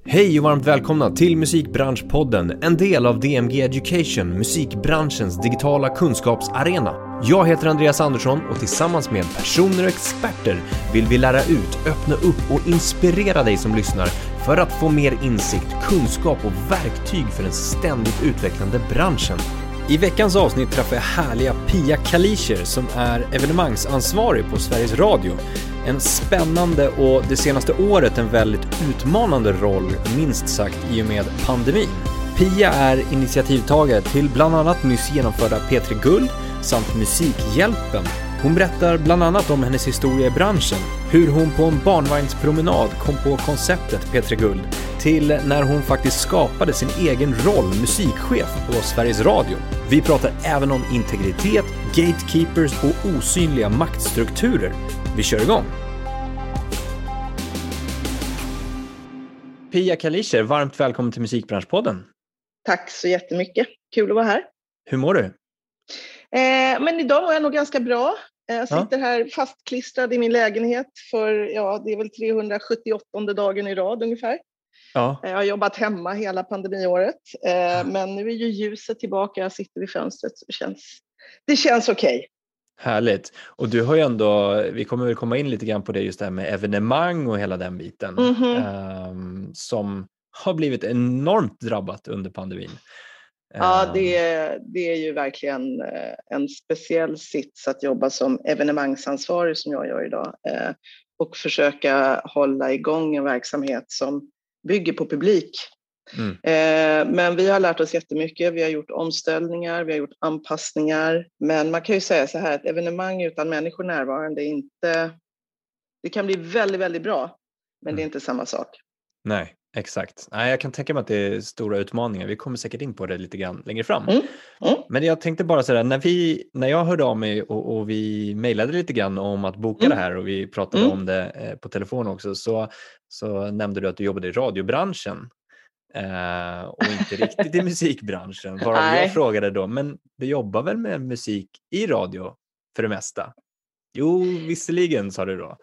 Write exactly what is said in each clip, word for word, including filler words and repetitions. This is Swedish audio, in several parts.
Hej och varmt välkomna till Musikbranschpodden, en del av D M G Education, musikbranschens digitala kunskapsarena. Jag heter Andreas Andersson och tillsammans med personer och experter vill vi lära ut, öppna upp och inspirera dig som lyssnar för att få mer insikt, kunskap och verktyg för den ständigt utvecklande branschen. I veckans avsnitt träffar jag härliga Pia Kalischer som är evenemangsansvarig på Sveriges Radio. En spännande och det senaste året en väldigt utmanande roll, minst sagt, i och med pandemin. Pia är initiativtagare till bland annat nyss genomförda P tre Guld samt Musikhjälpen. Hon berättar bland annat om hennes historia i branschen, hur hon på en barnvagnspromenad kom på konceptet P tre Guld, till när hon faktiskt skapade sin egen roll, musikchef på Sveriges Radio. Vi pratar även om integritet, gatekeepers och osynliga maktstrukturer. Vi kör igång! Pia Kalischer, varmt välkommen till Musikbranschpodden. Tack så jättemycket, kul att vara här. Hur mår du? Eh, men idag mår jag nog ganska bra. Jag sitter ja. här fastklistrad i min lägenhet för, ja, det är väl trehundrasjuttioåttonde dagen i rad ungefär. Ja. Jag har jobbat hemma hela pandemiåret, eh, ja. men nu är ju ljuset tillbaka, jag sitter vid fönstret så det känns, det känns okej. Okay. Härligt. Och du har ju ändå, vi kommer väl komma in lite grann på det, just det här med evenemang och hela den biten, mm-hmm. um, som har blivit enormt drabbat under pandemin. Ja, det är, det är ju verkligen en speciell sits att jobba som evenemangsansvarig som jag gör idag eh, och försöka hålla igång en verksamhet som bygger på publik. Mm. Eh, men vi har lärt oss jättemycket, vi har gjort omställningar, vi har gjort anpassningar, men man kan ju säga så här att evenemang utan människor närvarande är inte, det kan bli väldigt, väldigt bra, men mm. det är inte samma sak. Nej. Exakt. Nej, jag kan tänka mig att det är stora utmaningar. Vi kommer säkert in på det lite grann längre fram. Mm. Mm. Men jag tänkte bara sådär, när, vi, när jag hörde av mig och, och vi mejlade lite grann om att boka mm. det här och vi pratade mm. om det eh, på telefon också, så, så nämnde du att du jobbade i radiobranschen eh, och inte riktigt i musikbranschen. Varav jag frågade då, men du jobbar väl med musik i radio för det mesta? Jo, visserligen, sa du då.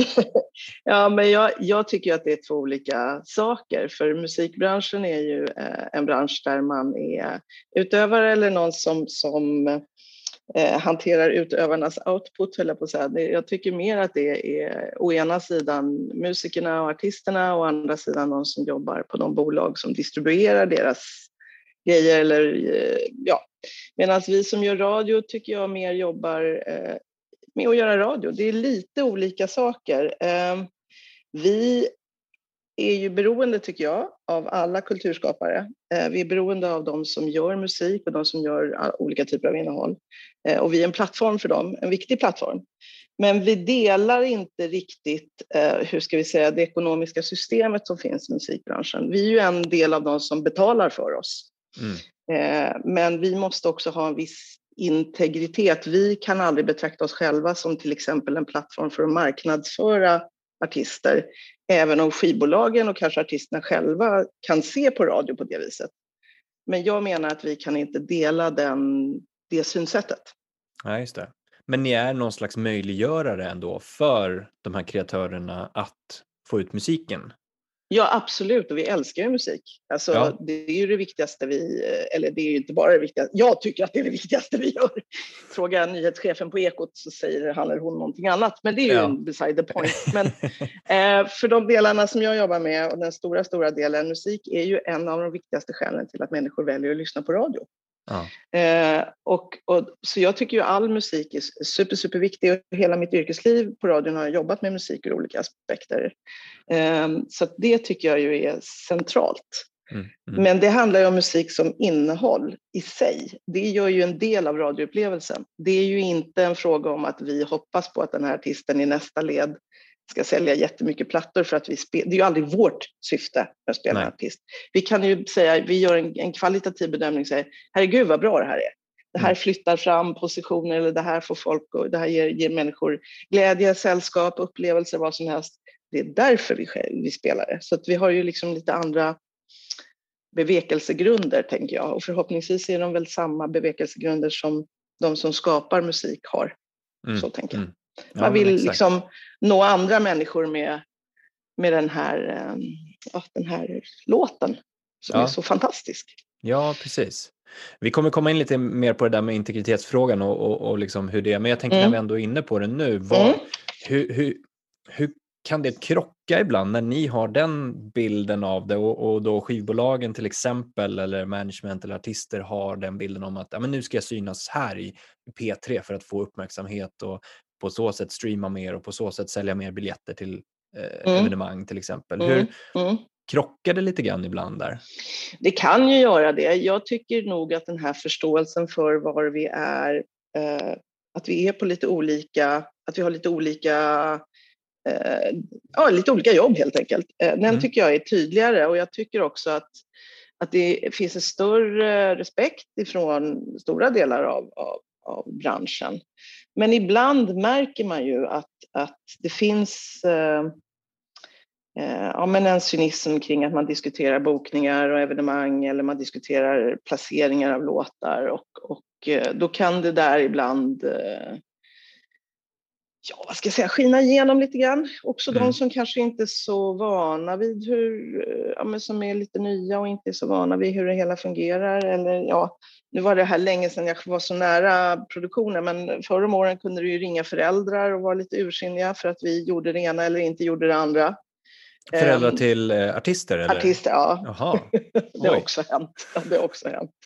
Ja, men jag, jag tycker att det är två olika saker. För musikbranschen är ju eh, en bransch där man är utövare eller någon som, som eh, hanterar utövarnas output, höll jag på att säga. Jag tycker mer att det är å ena sidan musikerna och artisterna och å andra sidan de som jobbar på de bolag som distribuerar deras grejer. Eller, eh, ja. Medan vi som gör radio tycker jag mer jobbar eh, med att göra radio. Det är lite olika saker. Eh, vi är ju beroende, tycker jag, av alla kulturskapare. Eh, vi är beroende av de som gör musik och de som gör olika typer av innehåll. Eh, och vi är en plattform för dem, en viktig plattform. Men vi delar inte riktigt, eh, hur ska vi säga, det ekonomiska systemet som finns i musikbranschen. Vi är ju en del av de som betalar för oss. Mm. Eh, men vi måste också ha en viss integritet. Vi kan aldrig betrakta oss själva som till exempel en plattform för att marknadsföra artister, även om skivbolagen och kanske artisterna själva kan se på radio på det viset. Men jag menar att vi kan inte dela den, det synsättet. Ja, just det. Men ni är någon slags möjliggörare ändå för de här kreatörerna att få ut musiken? Ja, absolut. Och vi älskar ju musik. Alltså, ja. Det är ju det viktigaste vi, eller det är ju inte bara det viktigaste. Jag tycker att det är det viktigaste vi gör. Fråga nyhetschefen på Ekot så säger han eller hon någonting annat. Men det är ju ja. beside the point. Men eh, för de delarna som jag jobbar med och den stora, stora delen musik är ju en av de viktigaste skälen till att människor väljer att lyssna på radio. Ja. Eh, och, och, så jag tycker ju all musik är super, super viktig och hela mitt yrkesliv på radion har jag jobbat med musik ur olika aspekter. Eh, så det tycker jag ju är centralt. Mm, mm. Men det handlar ju om musik som innehåll i sig. Det gör ju en del av radioupplevelsen. Det är ju inte en fråga om att vi hoppas på att den här artisten i nästa led ska sälja jättemycket plattor för att vi spelar. Det är ju aldrig vårt syfte att spela en artist. Vi kan ju säga, vi gör en, en kvalitativ bedömning och säger, herregud vad bra det här är. Det här flyttar fram positioner eller det här får folk och det här ger, ger människor glädje, sällskap, upplevelser, vad som helst. Det är därför vi, vi spelar det. Så att vi har ju liksom lite andra bevekelsegrunder, tänker jag. Och förhoppningsvis är de väl samma bevekelsegrunder som de som skapar musik har. Mm. Så tänker jag. Mm. Ja, man vill liksom nå andra människor med, med den här ja, den här låten som Ja. är så fantastisk. Ja, precis. Vi kommer komma in lite mer på det där med integritetsfrågan och, och, och liksom hur det är. Men jag tänker mm. när vi ändå är inne på det nu. Vad, mm. hur, hur, hur kan det krocka ibland när ni har den bilden av det och, och då skivbolagen till exempel eller management eller artister har den bilden om att ja, men nu ska jag synas här i P tre för att få uppmärksamhet och på så sätt streama mer och på så sätt sälja mer biljetter till eh, mm. evenemang till exempel. Mm. Hur Mm. krockar det lite grann ibland där? Det kan ju göra det. Jag tycker nog att den här förståelsen för var vi är, eh, att vi är på lite olika, att vi har lite olika eh, ja, lite olika jobb helt enkelt. Eh, den mm. tycker jag är tydligare och jag tycker också att, att det finns en större respekt ifrån stora delar av, av, av branschen. Men ibland märker man ju att, att det finns eh, Ja, men en cynism kring att man diskuterar bokningar och evenemang eller man diskuterar placeringar av låtar och, och då kan det där ibland ja, vad ska jag säga, skina igenom lite grann. Också mm. de som kanske inte är så vana vid hur, ja, men som är lite nya och inte är så vana vid hur det hela fungerar. Eller ja, nu var det här länge sedan jag var så nära produktionen, men förra om åren kunde du ju ringa föräldrar och vara lite ursinniga för att vi gjorde det ena eller inte gjorde det andra. Föräldrar till eh, artister? Eller? Artister, ja. Jaha. Det har också hänt. Det har också hänt.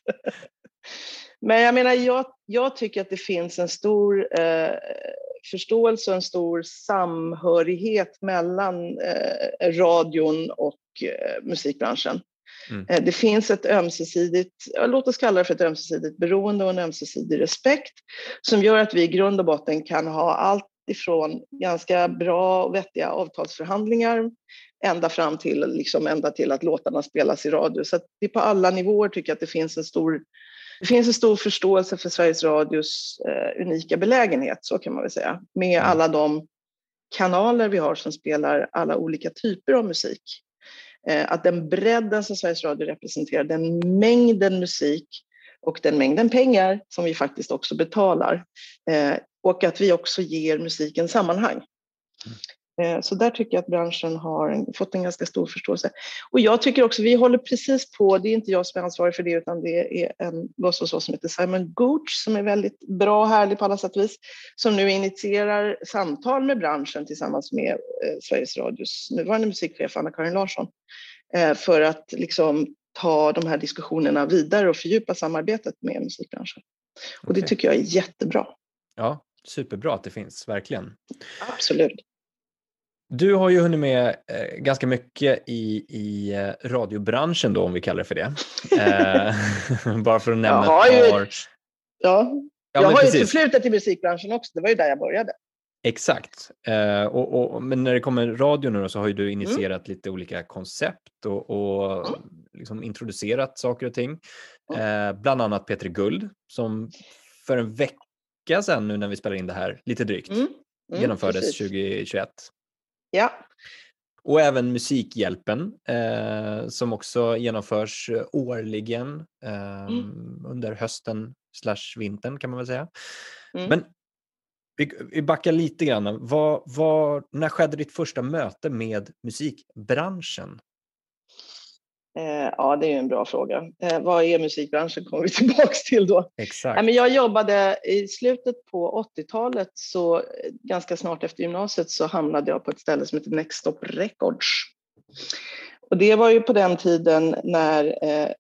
Men jag menar, jag, jag tycker att det finns en stor eh, förståelse och en stor samhörighet mellan eh, radion och eh, musikbranschen. Mm. Eh, det finns ett ömsesidigt, ja, låt oss kalla det för ett ömsesidigt beroende och en ömsesidig respekt som gör att vi i grund och botten kan ha allt ifrån ganska bra och vettiga avtalsförhandlingar ända fram till, liksom ända till att låtarna spelas i radio. Så att det på alla nivåer tycker jag att det finns en stor, det finns en stor förståelse för Sveriges Radios eh, unika belägenhet, så kan man väl säga. Med mm. alla de kanaler vi har som spelar alla olika typer av musik. Eh, att den bredden som Sveriges Radio representerar, den mängden musik och den mängden pengar som vi faktiskt också betalar. Eh, och att vi också ger musiken sammanhang. Mm. Så där tycker jag att branschen har fått en ganska stor förståelse. Och jag tycker också, vi håller precis på, det är inte jag som är ansvarig för det utan det är en boss hos oss som heter Simon Gooch som är väldigt bra och härlig på alla sätt och vis. Som nu initierar samtal med branschen tillsammans med eh, Sveriges Radios nuvarande musikchef Anna-Karin Larsson. Eh, för att liksom ta de här diskussionerna vidare och fördjupa samarbetet med musikbranschen. Och okay. Det tycker jag är jättebra. Ja, superbra att det finns, verkligen. Absolut. Du har ju hunnit med eh, ganska mycket i, i eh, radiobranschen då, om vi kallar det för det. Eh, bara för att nämna jag har ett par... Ju, ja, jag har precis. ju förflutet i musikbranschen också, det var ju där jag började. Exakt. Eh, och, och, men när det kommer radio nu då, så har ju du initierat mm. lite olika koncept och, och mm. liksom introducerat saker och ting. Eh, bland annat Peter Guld som för en vecka sedan nu när vi spelar in det här, lite drygt, mm. Mm, genomfördes precis. tjugohundratjugoett. Ja. Och även Musikhjälpen eh, som också genomförs årligen eh, mm. under hösten slash vintern kan man väl säga. Mm. Men vi, vi backar lite grann. Vad, vad, när skedde ditt första möte med musikbranschen? Eh, ja, det är ju en bra fråga. Eh, vad är musikbranschen kommer vi tillbaka till då. Exakt. Eh, men jag jobbade i slutet på åttiotalet, så ganska snart efter gymnasiet så hamnade jag på ett ställe som heter Next Stop Records. Och det var ju på den tiden när eh,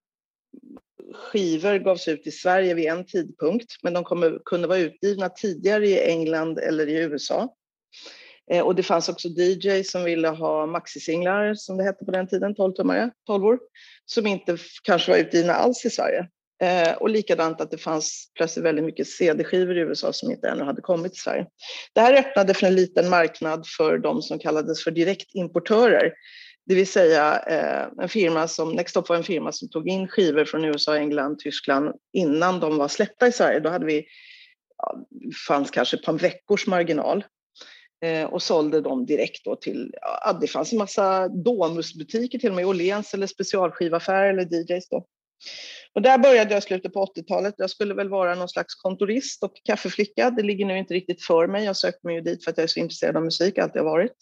skivor gavs ut i Sverige vid en tidpunkt, men de kommer, kunde vara utgivna tidigare i England eller i U S A. Och det fanns också D Js som ville ha maxisinglar, som det hette på den tiden, tolv-tummare, tolvor, som inte kanske var utgivna alls i Sverige. Och likadant att det fanns plötsligt väldigt mycket C D-skivor i U S A som inte ännu hade kommit till Sverige. Det här öppnade för en liten marknad för de som kallades för direktimportörer. Det vill säga en firma som, Nextstop var en firma som tog in skivor från U S A, England, Tyskland innan de var släppta i Sverige. Då hade vi, ja, fanns kanske ett par veckors marginal. Och sålde dem direkt då till, ja, det fanns en massa Domusbutiker till och med, Åhléns eller specialskivaffärer eller D Js då. Och där började jag i slutet på åttiotalet. Jag skulle väl vara någon slags kontorist och kaffeflicka. Det ligger nu inte riktigt för mig. Jag sökte mig ju dit för att jag är så intresserad av musik, alltid har varit.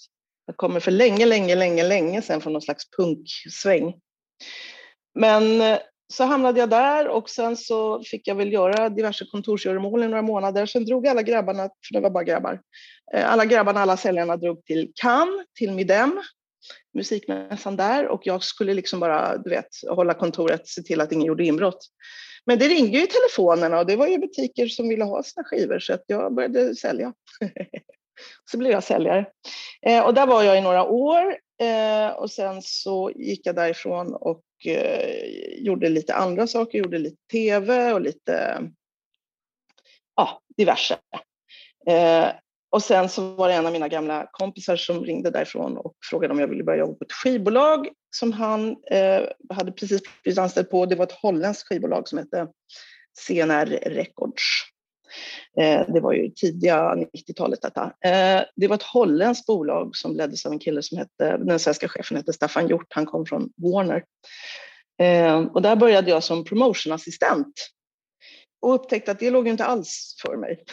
Jag kommer för länge, länge, länge, länge sedan från någon slags punksväng. Men så hamnade jag där och sen så fick jag väl göra diverse kontorsgöromål i några månader. Sen drog alla grabbarna, för det var bara grabbar, alla grabbarna, alla säljarna drog till Cannes, till Midem, musikmässan där. Och jag skulle liksom bara, du vet, hålla kontoret, se till att ingen gjorde inbrott. Men det ringde ju i telefonerna och det var ju butiker som ville ha sina skivor så att jag började sälja. Så blev jag säljare. Eh, och där var jag i några år eh, och sen så gick jag därifrån och eh, gjorde lite andra saker, gjorde lite tv och lite ja, diverse. Eh, och sen så var det en av mina gamla kompisar som ringde därifrån och frågade om jag ville börja jobba på ett skivbolag som han eh, hade precis blivit anställd på. Det var ett holländskt skivbolag som hette C N R Records. Eh, det var ju tidiga nittiotalet detta. Eh, det var ett holländskt bolag som leddes av en kille som hette, den svenska chefen hette Staffan Hjort, han kom från Warner. Eh, och där började jag som promotionassistent och upptäckte att det låg inte alls för mig.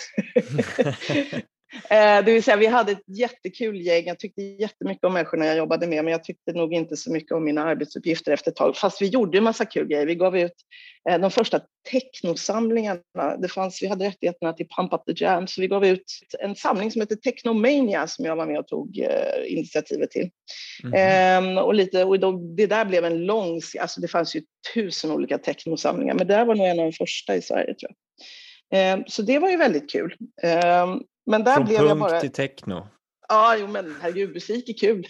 Eh, det vill säga vi hade ett jättekul gäng, jag tyckte jättemycket om människorna jag jobbade med, men jag tyckte nog inte så mycket om mina arbetsuppgifter efter ett tag, fast vi gjorde en massa kul grejer. Vi gav ut eh, de första technosamlingarna, det fanns, vi hade rättigheterna till Pump Up The Jam, så vi gav ut en samling som heter Technomania som jag var med och tog eh, initiativet till. Mm. Eh, och lite, och då, det där blev en lång, alltså det fanns ju tusen olika technosamlingar, men det där var nog en av de första i Sverige tror jag. Eh, så det var ju väldigt kul. Eh, Men där Från blev punk jag bara... till techno. Ja, jo, men herregud, musik är kul.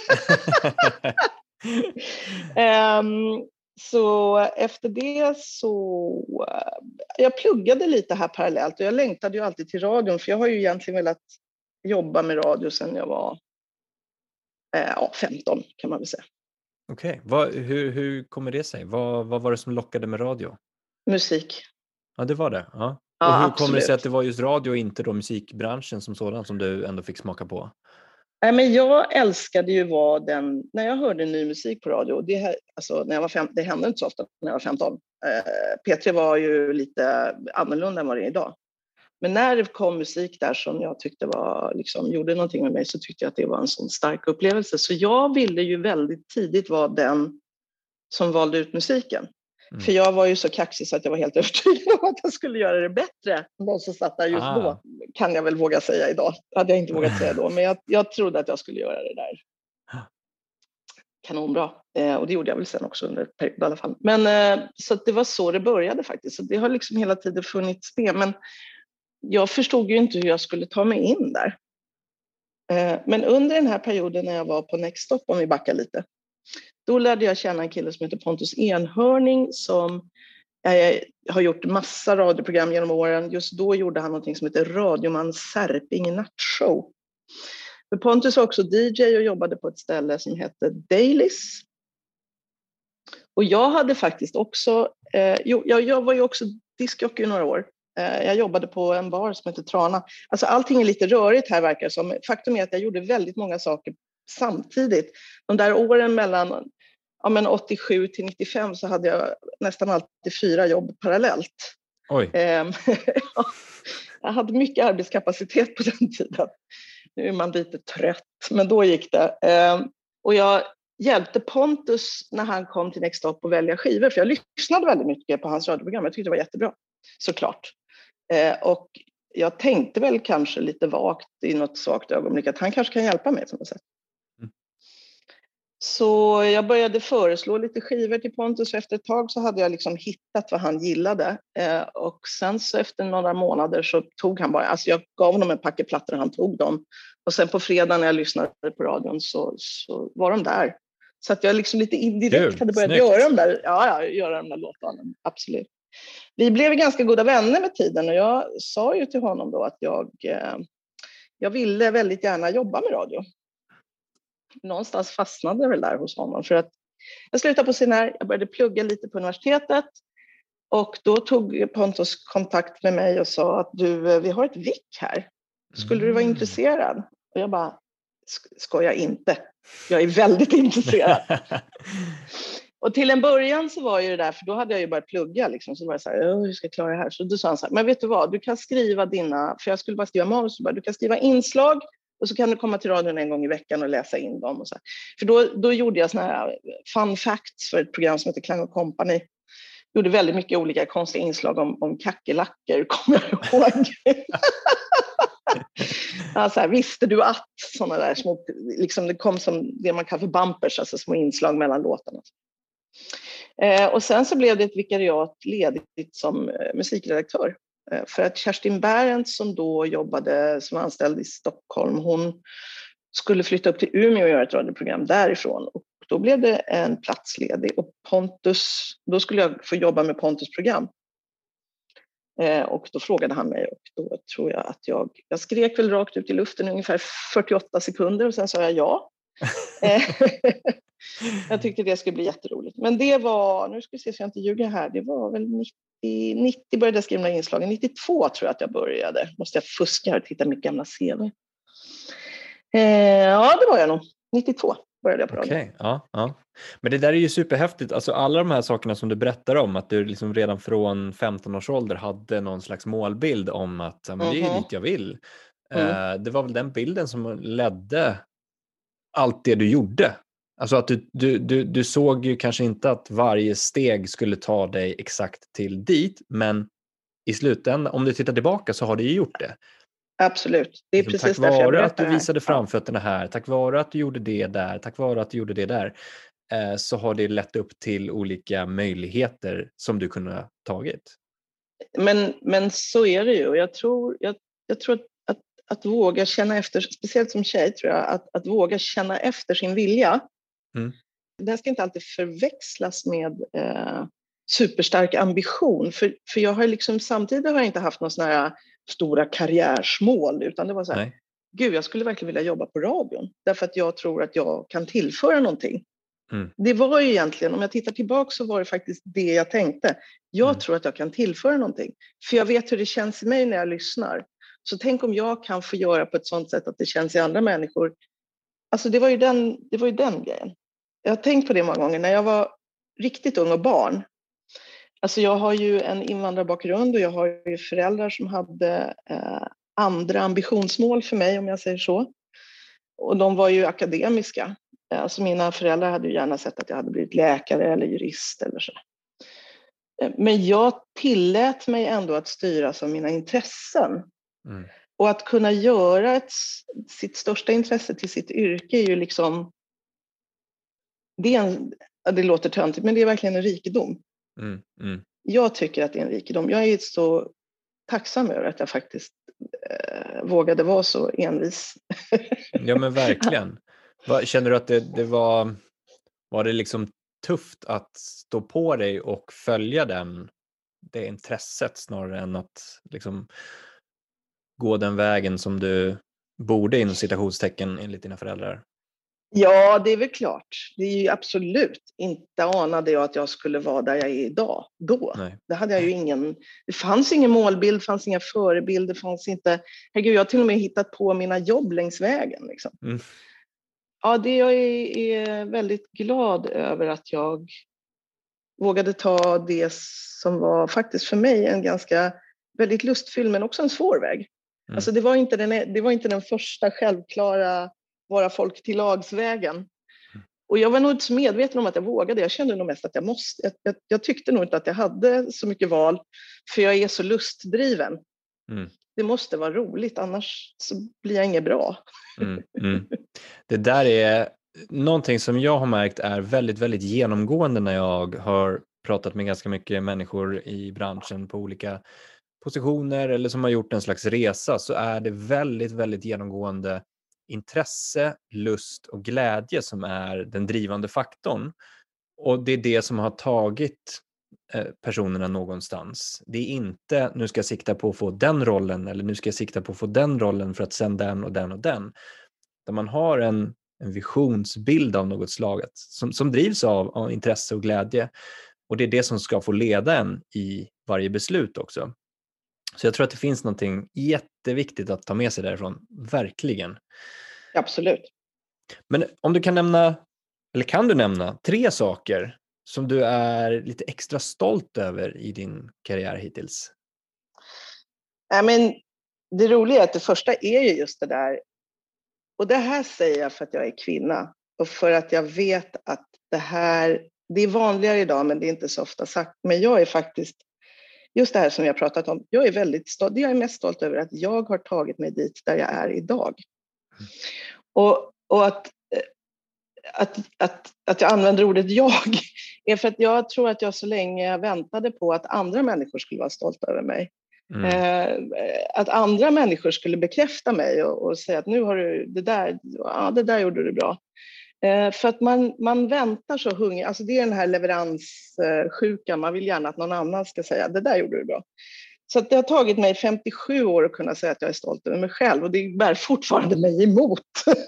um, så efter det så... Uh, jag pluggade lite här parallellt och jag längtade ju alltid till radion, för jag har ju egentligen velat jobba med radio sedan jag var uh, ja, femton kan man väl säga. Okej, okay. hur, hur kommer det sig? Vad, vad var det som lockade med radio? Musik. Ja, det var det. Ja. Ja, och hur absolut. kommer det sig att det var just radio och inte då musikbranschen som sådan som du ändå fick smaka på? Nej, men jag älskade ju vara den, när jag hörde ny musik på radio, det, här, alltså, när jag var fem, det hände inte så ofta när jag var femton. Eh, P tre var ju lite annorlunda än vad det är idag. Men när det kom musik där som jag tyckte var, liksom, gjorde någonting med mig, så tyckte jag att det var en sån stark upplevelse. Så jag ville ju väldigt tidigt vara den som valde ut musiken. Mm. För jag var ju så kaxig så att jag var helt övertygad om att jag skulle göra det bättre än de som satt där just ah. då. Kan jag väl våga säga idag. Det hade jag inte vågat säga då. Men jag, jag trodde att jag skulle göra det där. Kanonbra. Eh, och det gjorde jag väl sen också under ett period i alla fall. Men eh, så att det var så det började faktiskt. Så det har liksom hela tiden funnits med. Men jag förstod ju inte hur jag skulle ta mig in där. Eh, men under den här perioden när jag var på Next Stop, om vi backar lite. Då lärde jag känna en kille som heter Pontus Enhörning som eh, har gjort massa radioprogram genom åren. Just då gjorde han något som heter Radioman Särping Nattshow. För Pontus var också D J och jobbade på ett ställe som hette Dailies. Och jag hade faktiskt också, eh, jo, jag, jag var ju också diskjockey i några år. Eh, jag jobbade på en bar som heter Trana. Alltså allting är lite rörigt här verkar som. Faktum är att jag gjorde väldigt många saker samtidigt. De där åren mellan ja, men åttiosju till nittiofem så hade jag nästan alltid fyra jobb parallellt. Oj. Eh, jag hade mycket arbetskapacitet på den tiden. Nu är man lite trött, men då gick det. Eh, och jag hjälpte Pontus när han kom till Next Stop att välja skivor. För jag lyssnade väldigt mycket på hans radioprogram. Jag tyckte det var jättebra, såklart. Eh, och jag tänkte väl kanske lite vagt i något svagt ögonblick att han kanske kan hjälpa mig på något sätt. Mm. Så jag började föreslå lite skivor till Pontus. Och efter ett tag så hade jag liksom hittat vad han gillade. Eh, och sen så efter några månader så tog han bara... Alltså jag gav honom en packe plattor och han tog dem. Och sen på fredag när jag lyssnade på radion så, så var de där. Så att jag liksom lite indirekt Kul, hade börjat snyggt. göra de där, ja, ja, göra de där låtarna. Absolut. Vi blev ganska goda vänner med tiden och jag sa ju till honom då att jag, eh, jag ville väldigt gärna jobba med radio. Någonstans fastnade jag väl där hos honom för att jag slutade på C N R, jag började plugga lite på universitetet och då tog Pontus kontakt med mig och sa att du, vi har ett vick här. Skulle mm. du vara intresserad? Och jag bara, ska jag inte? Jag är väldigt intresserad. Och till en början så var ju det där, för då hade jag ju börjat plugga liksom, så var det så här, hur ska jag klara det här? Så då sa han så här, men vet du vad, du kan skriva dina, för jag skulle bara skriva manus, du kan skriva inslag Och så kan du komma till radion en gång i veckan och läsa in dem. Och så. För då, då gjorde jag såna här fun facts för ett program som heter Klang och Company. Gjorde väldigt mycket olika konstiga inslag om, om kackerlackor, kommer jag ihåg. Ja, så här, visste du att sådana där små, liksom det kom som det man kallar för bumpers, alltså små inslag mellan låtarna. Eh, och sen så blev det ett vikariat ledigt som eh, musikredaktör. Eh, för att Kerstin Bärent som då jobbade som anställd i Stockholm, hon skulle flytta upp till Umeå och göra ett radioprogram därifrån. Och då blev det en plats ledig och Pontus, då skulle jag få jobba med Pontus program. Eh, och då frågade han mig och då tror jag att jag, jag skrek väl rakt ut i luften ungefär fyrtioåtta sekunder och sen sa jag ja. Eh, jag tyckte det skulle bli jätteroligt. Men det var, nu ska vi se så jag inte ljuger här, det var väl nittio, nittio började jag skriva inslagen. nittiotvå tror jag att jag började. Måste jag fuska här och titta mitt gamla C V. Eh, ja, det var jag nog. nittiotvå började jag på radio. Okej, ja, ja. Men det där är ju superhäftigt. Alltså alla de här sakerna som du berättar om, att du liksom redan från femton års ålder hade någon slags målbild om att ja, men det är dit jag vill. Mm. Eh, det var väl den bilden som ledde allt det du gjorde. Alltså att du, du, du, du såg ju kanske inte att varje steg skulle ta dig exakt till dit, men i slutändan, om du tittar tillbaka så har du ju gjort det. Absolut, det är liksom, precis tack vare att du här. visade framfötterna här, tack vare att du gjorde det där, tack vare att du gjorde det där, eh, så har det lett upp till olika möjligheter som du kunde ha tagit. Men, men så är det ju, och jag tror, jag, jag tror att, att, att våga känna efter, speciellt som tjej tror jag, att, att våga känna efter sin vilja, mm. det ska inte alltid förväxlas med eh, superstark ambition, för, för jag har liksom, samtidigt har jag inte haft någon sån här stora karriärsmål, utan det var så här, nej. Gud, jag skulle verkligen vilja jobba på radion, därför att jag tror att jag kan tillföra någonting. Mm. Det var ju egentligen, om jag tittar tillbaka så var det faktiskt det jag tänkte. Jag mm. tror att jag kan tillföra någonting, för jag vet hur det känns i mig när jag lyssnar. Så tänk om jag kan få göra på ett sånt sätt att det känns i andra människor. Alltså det var ju den, det var ju den grejen. Jag har tänkt på det många gånger när jag var riktigt ung och barn. Alltså jag har ju en invandrarbakgrund och jag har ju föräldrar som hade eh, andra ambitionsmål för mig, om jag säger så. Och de var ju akademiska. Alltså mina föräldrar hade ju gärna sett att jag hade blivit läkare eller jurist eller så. Men jag tillät mig ändå att styras av mina intressen. Mm. Och att kunna göra ett, sitt största intresse till sitt yrke är ju liksom... Det, är en, det låter töntigt, men det är verkligen en rikedom. Mm. Mm. Jag tycker att det är en rikedom. Jag är så tacksam över att jag faktiskt eh, vågade vara så envis. Ja, men verkligen. Känner du att det, det var, var det liksom tufft att stå på dig och följa den, det intresset snarare än att liksom gå den vägen som du borde inom citationstecken enligt dina föräldrar? Ja, det är väl klart. Det är ju absolut inte anade jag att jag skulle vara där jag är idag. Då. Nej. Det hade jag ju ingen, det fanns ingen målbild, det fanns inga förebilder, det fanns inte, herregud, jag har till och med hittat på mina jobb längs vägen. Liksom. Mm. Ja, det jag är, är väldigt glad över att jag vågade ta det som var faktiskt för mig en ganska väldigt lustfylld men också en svår väg. Mm. Alltså det var inte den, det var inte den första självklara vara folk till lagsvägen. Mm. Och jag var nog inte så medveten om att jag vågade. Jag kände nog mest att jag måste. Jag, jag, jag tyckte nog inte att jag hade så mycket val, för jag är så lustdriven. Mm. Det måste vara roligt, annars så blir jag inget bra. Mm, mm. Det där är någonting som jag har märkt är väldigt, väldigt genomgående när jag har pratat med ganska mycket människor i branschen på olika positioner eller som har gjort en slags resa, så är det väldigt, väldigt genomgående intresse, lust och glädje som är den drivande faktorn. Och det är det som har tagit personerna någonstans. Det är inte, nu ska jag sikta på att få den rollen eller nu ska jag sikta på att få den rollen för att sen den och den och den. Där man har en, en visionsbild av något slag som, som drivs av, av intresse och glädje. Och det är det som ska få leda en i varje beslut också. Så jag tror att det finns någonting jätteviktigt att ta med sig därifrån. Verkligen. Absolut. Men om du kan nämna, eller kan du nämna tre saker som du är lite extra stolt över i din karriär hittills? Ja, men det roliga är att det första är ju just det där och det här säger jag för att jag är kvinna. Och för att jag vet att det här, det är vanligare idag men det är inte så ofta sagt. Men jag är faktiskt, just det här som vi har pratat om, jag är väldigt stolt, jag är mest stolt över att jag har tagit mig dit där jag är idag. Mm. Och, och att, att, att, att jag använder ordet jag är för att jag tror att jag så länge väntade på att andra människor skulle vara stolta över mig. Mm. Eh, att andra människor skulle bekräfta mig och, och säga att nu har du det där, ja, det där gjorde du bra. Eh, för att man, man väntar så hungrig, alltså det är den här leveranssjukan, man vill gärna att någon annan ska säga det där gjorde du bra. Så att det har tagit mig femtiosju år att kunna säga att jag är stolt över mig själv och det bär fortfarande mig emot.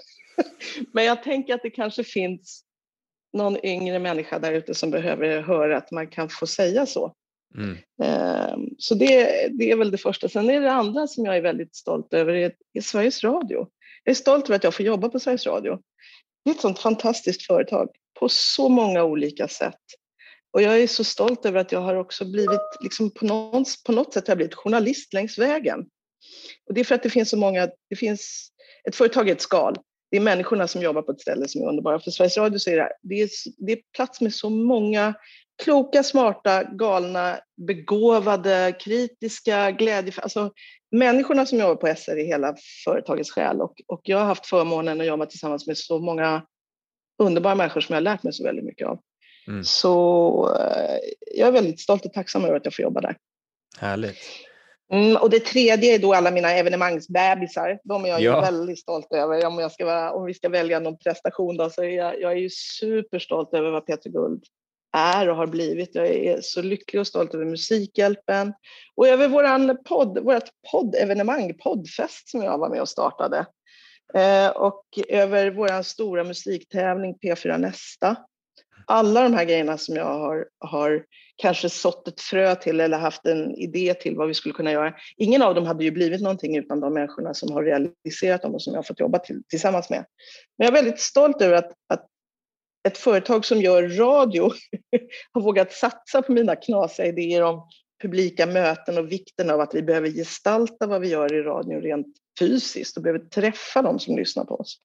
Men jag tänker att det kanske finns någon yngre människa där ute som behöver höra att man kan få säga så. Mm. Um, så det, det är väl det första. Sen är det andra som jag är väldigt stolt över är, är Sveriges Radio. Jag är stolt över att jag får jobba på Sveriges Radio. Det är ett sånt fantastiskt företag på så många olika sätt. Och jag är så stolt över att jag har också blivit, liksom på, någon, på något sätt har jag blivit journalist längs vägen. Och det är för att det finns så många, det finns, ett företag är ett skal. Det är människorna som jobbar på ett ställe som är underbara. För Sveriges Radio så är det, det är, det är plats med så många kloka, smarta, galna, begåvade, kritiska, glädje. Alltså människorna som jobbar på S R är hela företagets själ. Och, och jag har haft förmånen att jobba tillsammans med så många underbara människor som jag har lärt mig så väldigt mycket av. Mm. Så jag är väldigt stolt och tacksam över att jag får jobba där. Härligt. Mm, och det tredje är då alla mina evenemangsbebisar. De är jag ja. ju väldigt stolt över. Om, jag ska vara, om vi ska välja någon prestation då, så är jag, jag är ju superstolt över vad Peter Guld är och har blivit. Jag är så lycklig och stolt över Musikhjälpen. Och över våran podd, vårt poddevenemang, poddfest som jag var med och startade. Eh, och över våran stora musiktävling P fyra Nästa. Alla de här grejerna som jag har, har kanske sått ett frö till eller haft en idé till vad vi skulle kunna göra. Ingen av dem hade ju blivit någonting utan de människorna som har realiserat dem och som jag har fått jobba till, tillsammans med. Men jag är väldigt stolt över att, att ett företag som gör radio har vågat satsa på mina knasiga idéer om publika möten och vikten av att vi behöver gestalta vad vi gör i radio rent fysiskt och behöver träffa dem som lyssnar på oss.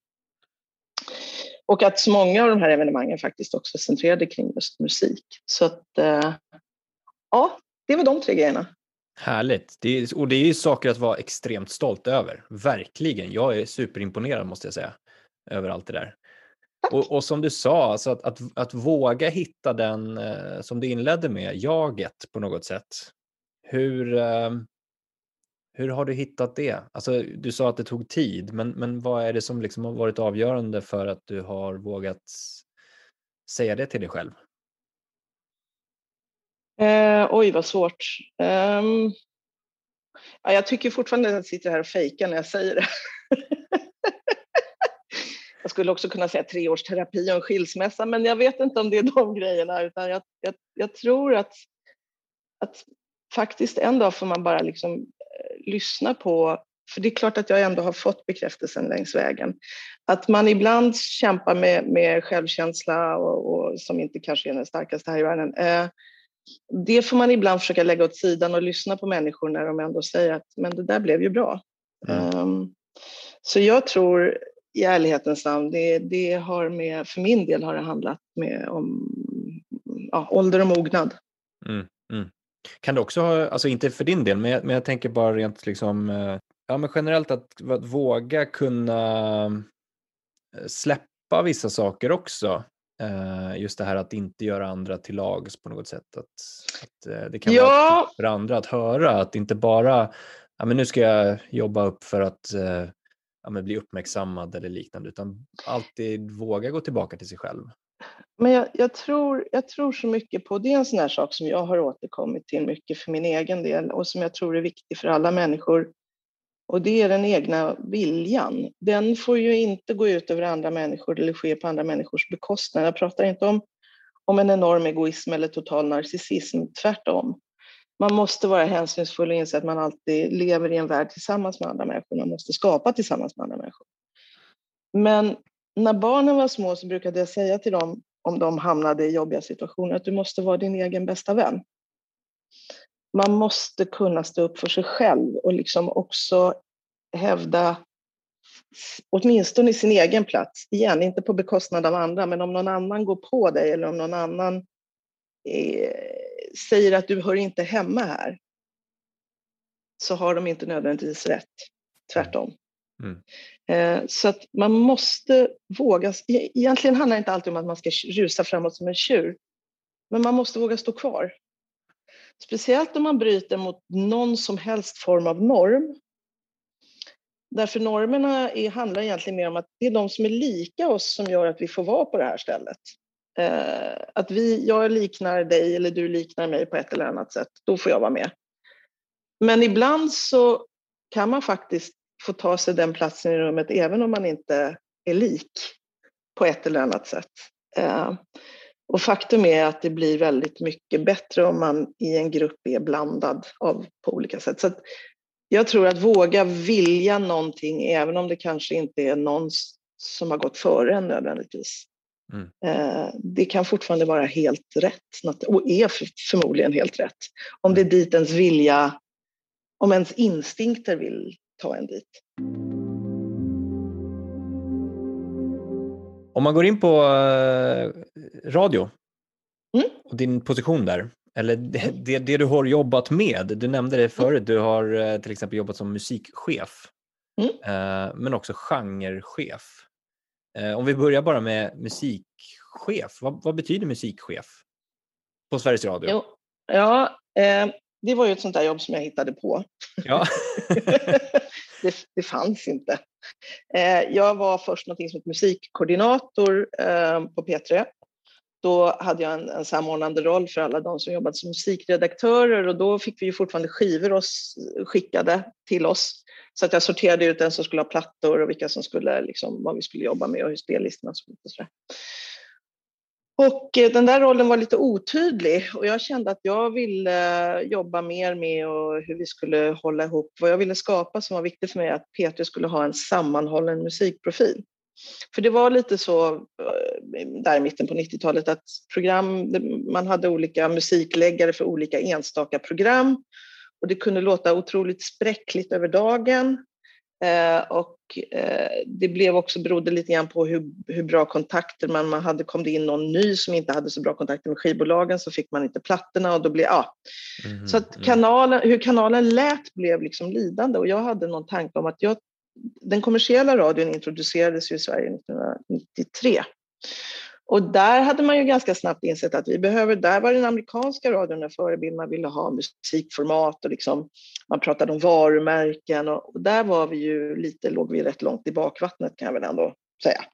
Och att så många av de här evenemangen faktiskt också centrerade kring just musik. Så att, eh, ja, det var de tre grejerna. Härligt. Det är, och det är ju saker att vara extremt stolt över. Verkligen. Jag är superimponerad måste jag säga. Över allt det där. Och, och som du sa, alltså att, att, att våga hitta den eh, som du inledde med, jaget på något sätt. Hur... Eh, Hur har du hittat det? Alltså, du sa att det tog tid, men, men vad är det som liksom har varit avgörande för att du har vågat säga det till dig själv? Eh, oj, vad svårt. Um, ja, jag tycker fortfarande att jag sitter här och fejkar när jag säger det. Jag skulle också kunna säga tre års terapi och en skilsmässa, men jag vet inte om det är de grejerna, utan jag, jag, jag tror att, att faktiskt en dag får man bara liksom lyssna på, för det är klart att jag ändå har fått bekräftelsen längs vägen. Att man ibland kämpar med, med självkänsla och, och som inte kanske är den starkaste här i världen. Eh, det får man ibland försöka lägga åt sidan och lyssna på människor när de ändå säger att men det där blev ju bra. Mm. Um, så jag tror i ärlighetens namn, det, det har med, för min del har det handlat med om ja, ålder och mognad. Mm. Mm. Kan du också ha, alltså inte för din del, men jag, men jag tänker bara rent liksom, ja men generellt att, att våga kunna släppa vissa saker också. Just det här att inte göra andra till lags på något sätt. Att, att det kan ja. vara för andra att höra, att inte bara, ja men nu ska jag jobba upp för att ja, men bli uppmärksammad eller liknande, utan alltid våga gå tillbaka till sig själv. Men jag, jag, tror, jag tror så mycket på, det är en sån här sak som jag har återkommit till mycket för min egen del och som jag tror är viktig för alla människor. Och det är den egna viljan. Den får ju inte gå ut över andra människor eller ske på andra människors bekostnad. Jag pratar inte om, om en enorm egoism eller total narcissism, tvärtom. Man måste vara hänsynsfull och inse att man alltid lever i en värld tillsammans med andra människor. Man måste skapa tillsammans med andra människor. Men när barnen var små så brukade jag säga till dem, om de hamnade i jobbiga situationer, att du måste vara din egen bästa vän. Man måste kunna stå upp för sig själv och liksom också hävda åtminstone i sin egen plats, igen, inte på bekostnad av andra, men om någon annan går på dig eller om någon annan eh, säger att du hör inte hemma här, så har de inte nödvändigtvis rätt. Tvärtom. Mm. Eh, så att man måste våga, egentligen handlar det inte alltid om att man ska rusa framåt som en tjur, men man måste våga stå kvar. Speciellt om man bryter mot någon som helst form av norm. Därför normerna är, handlar egentligen mer om att det är de som är lika oss som gör att vi får vara på det här stället. Eh, att vi, jag liknar dig eller du liknar mig på ett eller annat sätt, då får jag vara med. Men ibland så kan man faktiskt få ta sig den platsen i rummet även om man inte är lik på ett eller annat sätt. Eh, och faktum är att det blir väldigt mycket bättre om man i en grupp är blandad av, på olika sätt. Så att jag tror att våga vilja någonting även om det kanske inte är någon som har gått före en nödvändigtvis. Mm. Eh, det kan fortfarande vara helt rätt och är förmodligen helt rätt. Om det är dit ens vilja, om ens instinkter vill ta en dit. Om man går in på uh, radio mm. och din position där, eller det, det, det du har jobbat med, du nämnde det förut, du har uh, till exempel jobbat som musikchef, mm. uh, men också genrechef. Uh, om vi börjar bara med musikchef, vad, vad betyder musikchef på Sveriges Radio? Jo, ja, eh, det var ju ett sånt där jobb som jag hittade på. Ja. det, det fanns inte. Eh, jag var först något som ett musikkoordinator eh, på P tre. Då hade jag en, en samordnande roll för alla de som jobbade som musikredaktörer, och då fick vi ju fortfarande skivor oss, skickade till oss. Så att jag sorterade ut den som skulle ha plattor och vilka som skulle, liksom, vad vi skulle jobba med och hur spellistorna skulle och sådär. Och eh, den där rollen var lite otydlig, och jag kände att jag ville jobba mer med och hur vi skulle hålla ihop. Vad jag ville skapa som var viktigt för mig, att P tre skulle ha en sammanhållen musikprofil. För det var lite så där i mitten på nittiotalet att program, man hade olika musikläggare för olika enstaka program, och det kunde låta otroligt spräckligt över dagen. Eh, och eh, det blev också berodde lite grann på hur, hur bra kontakter man, man hade. Kom det in någon ny som inte hade så bra kontakter med skivbolagen, så fick man inte plattorna, och då blev ja. Mm, så att kanalen, hur kanalen lät blev liksom lidande, och jag hade någon tanke om att jag, den kommersiella radion introducerades ju i Sverige nittonhundranittiotre. Och där hade man ju ganska snabbt insett att vi behöver, där var den amerikanska radion en förebild, man ville ha musikformat och liksom, man pratade om varumärken, och, och där var vi ju lite, låg vi rätt långt i bakvattnet, kan jag väl ändå säga.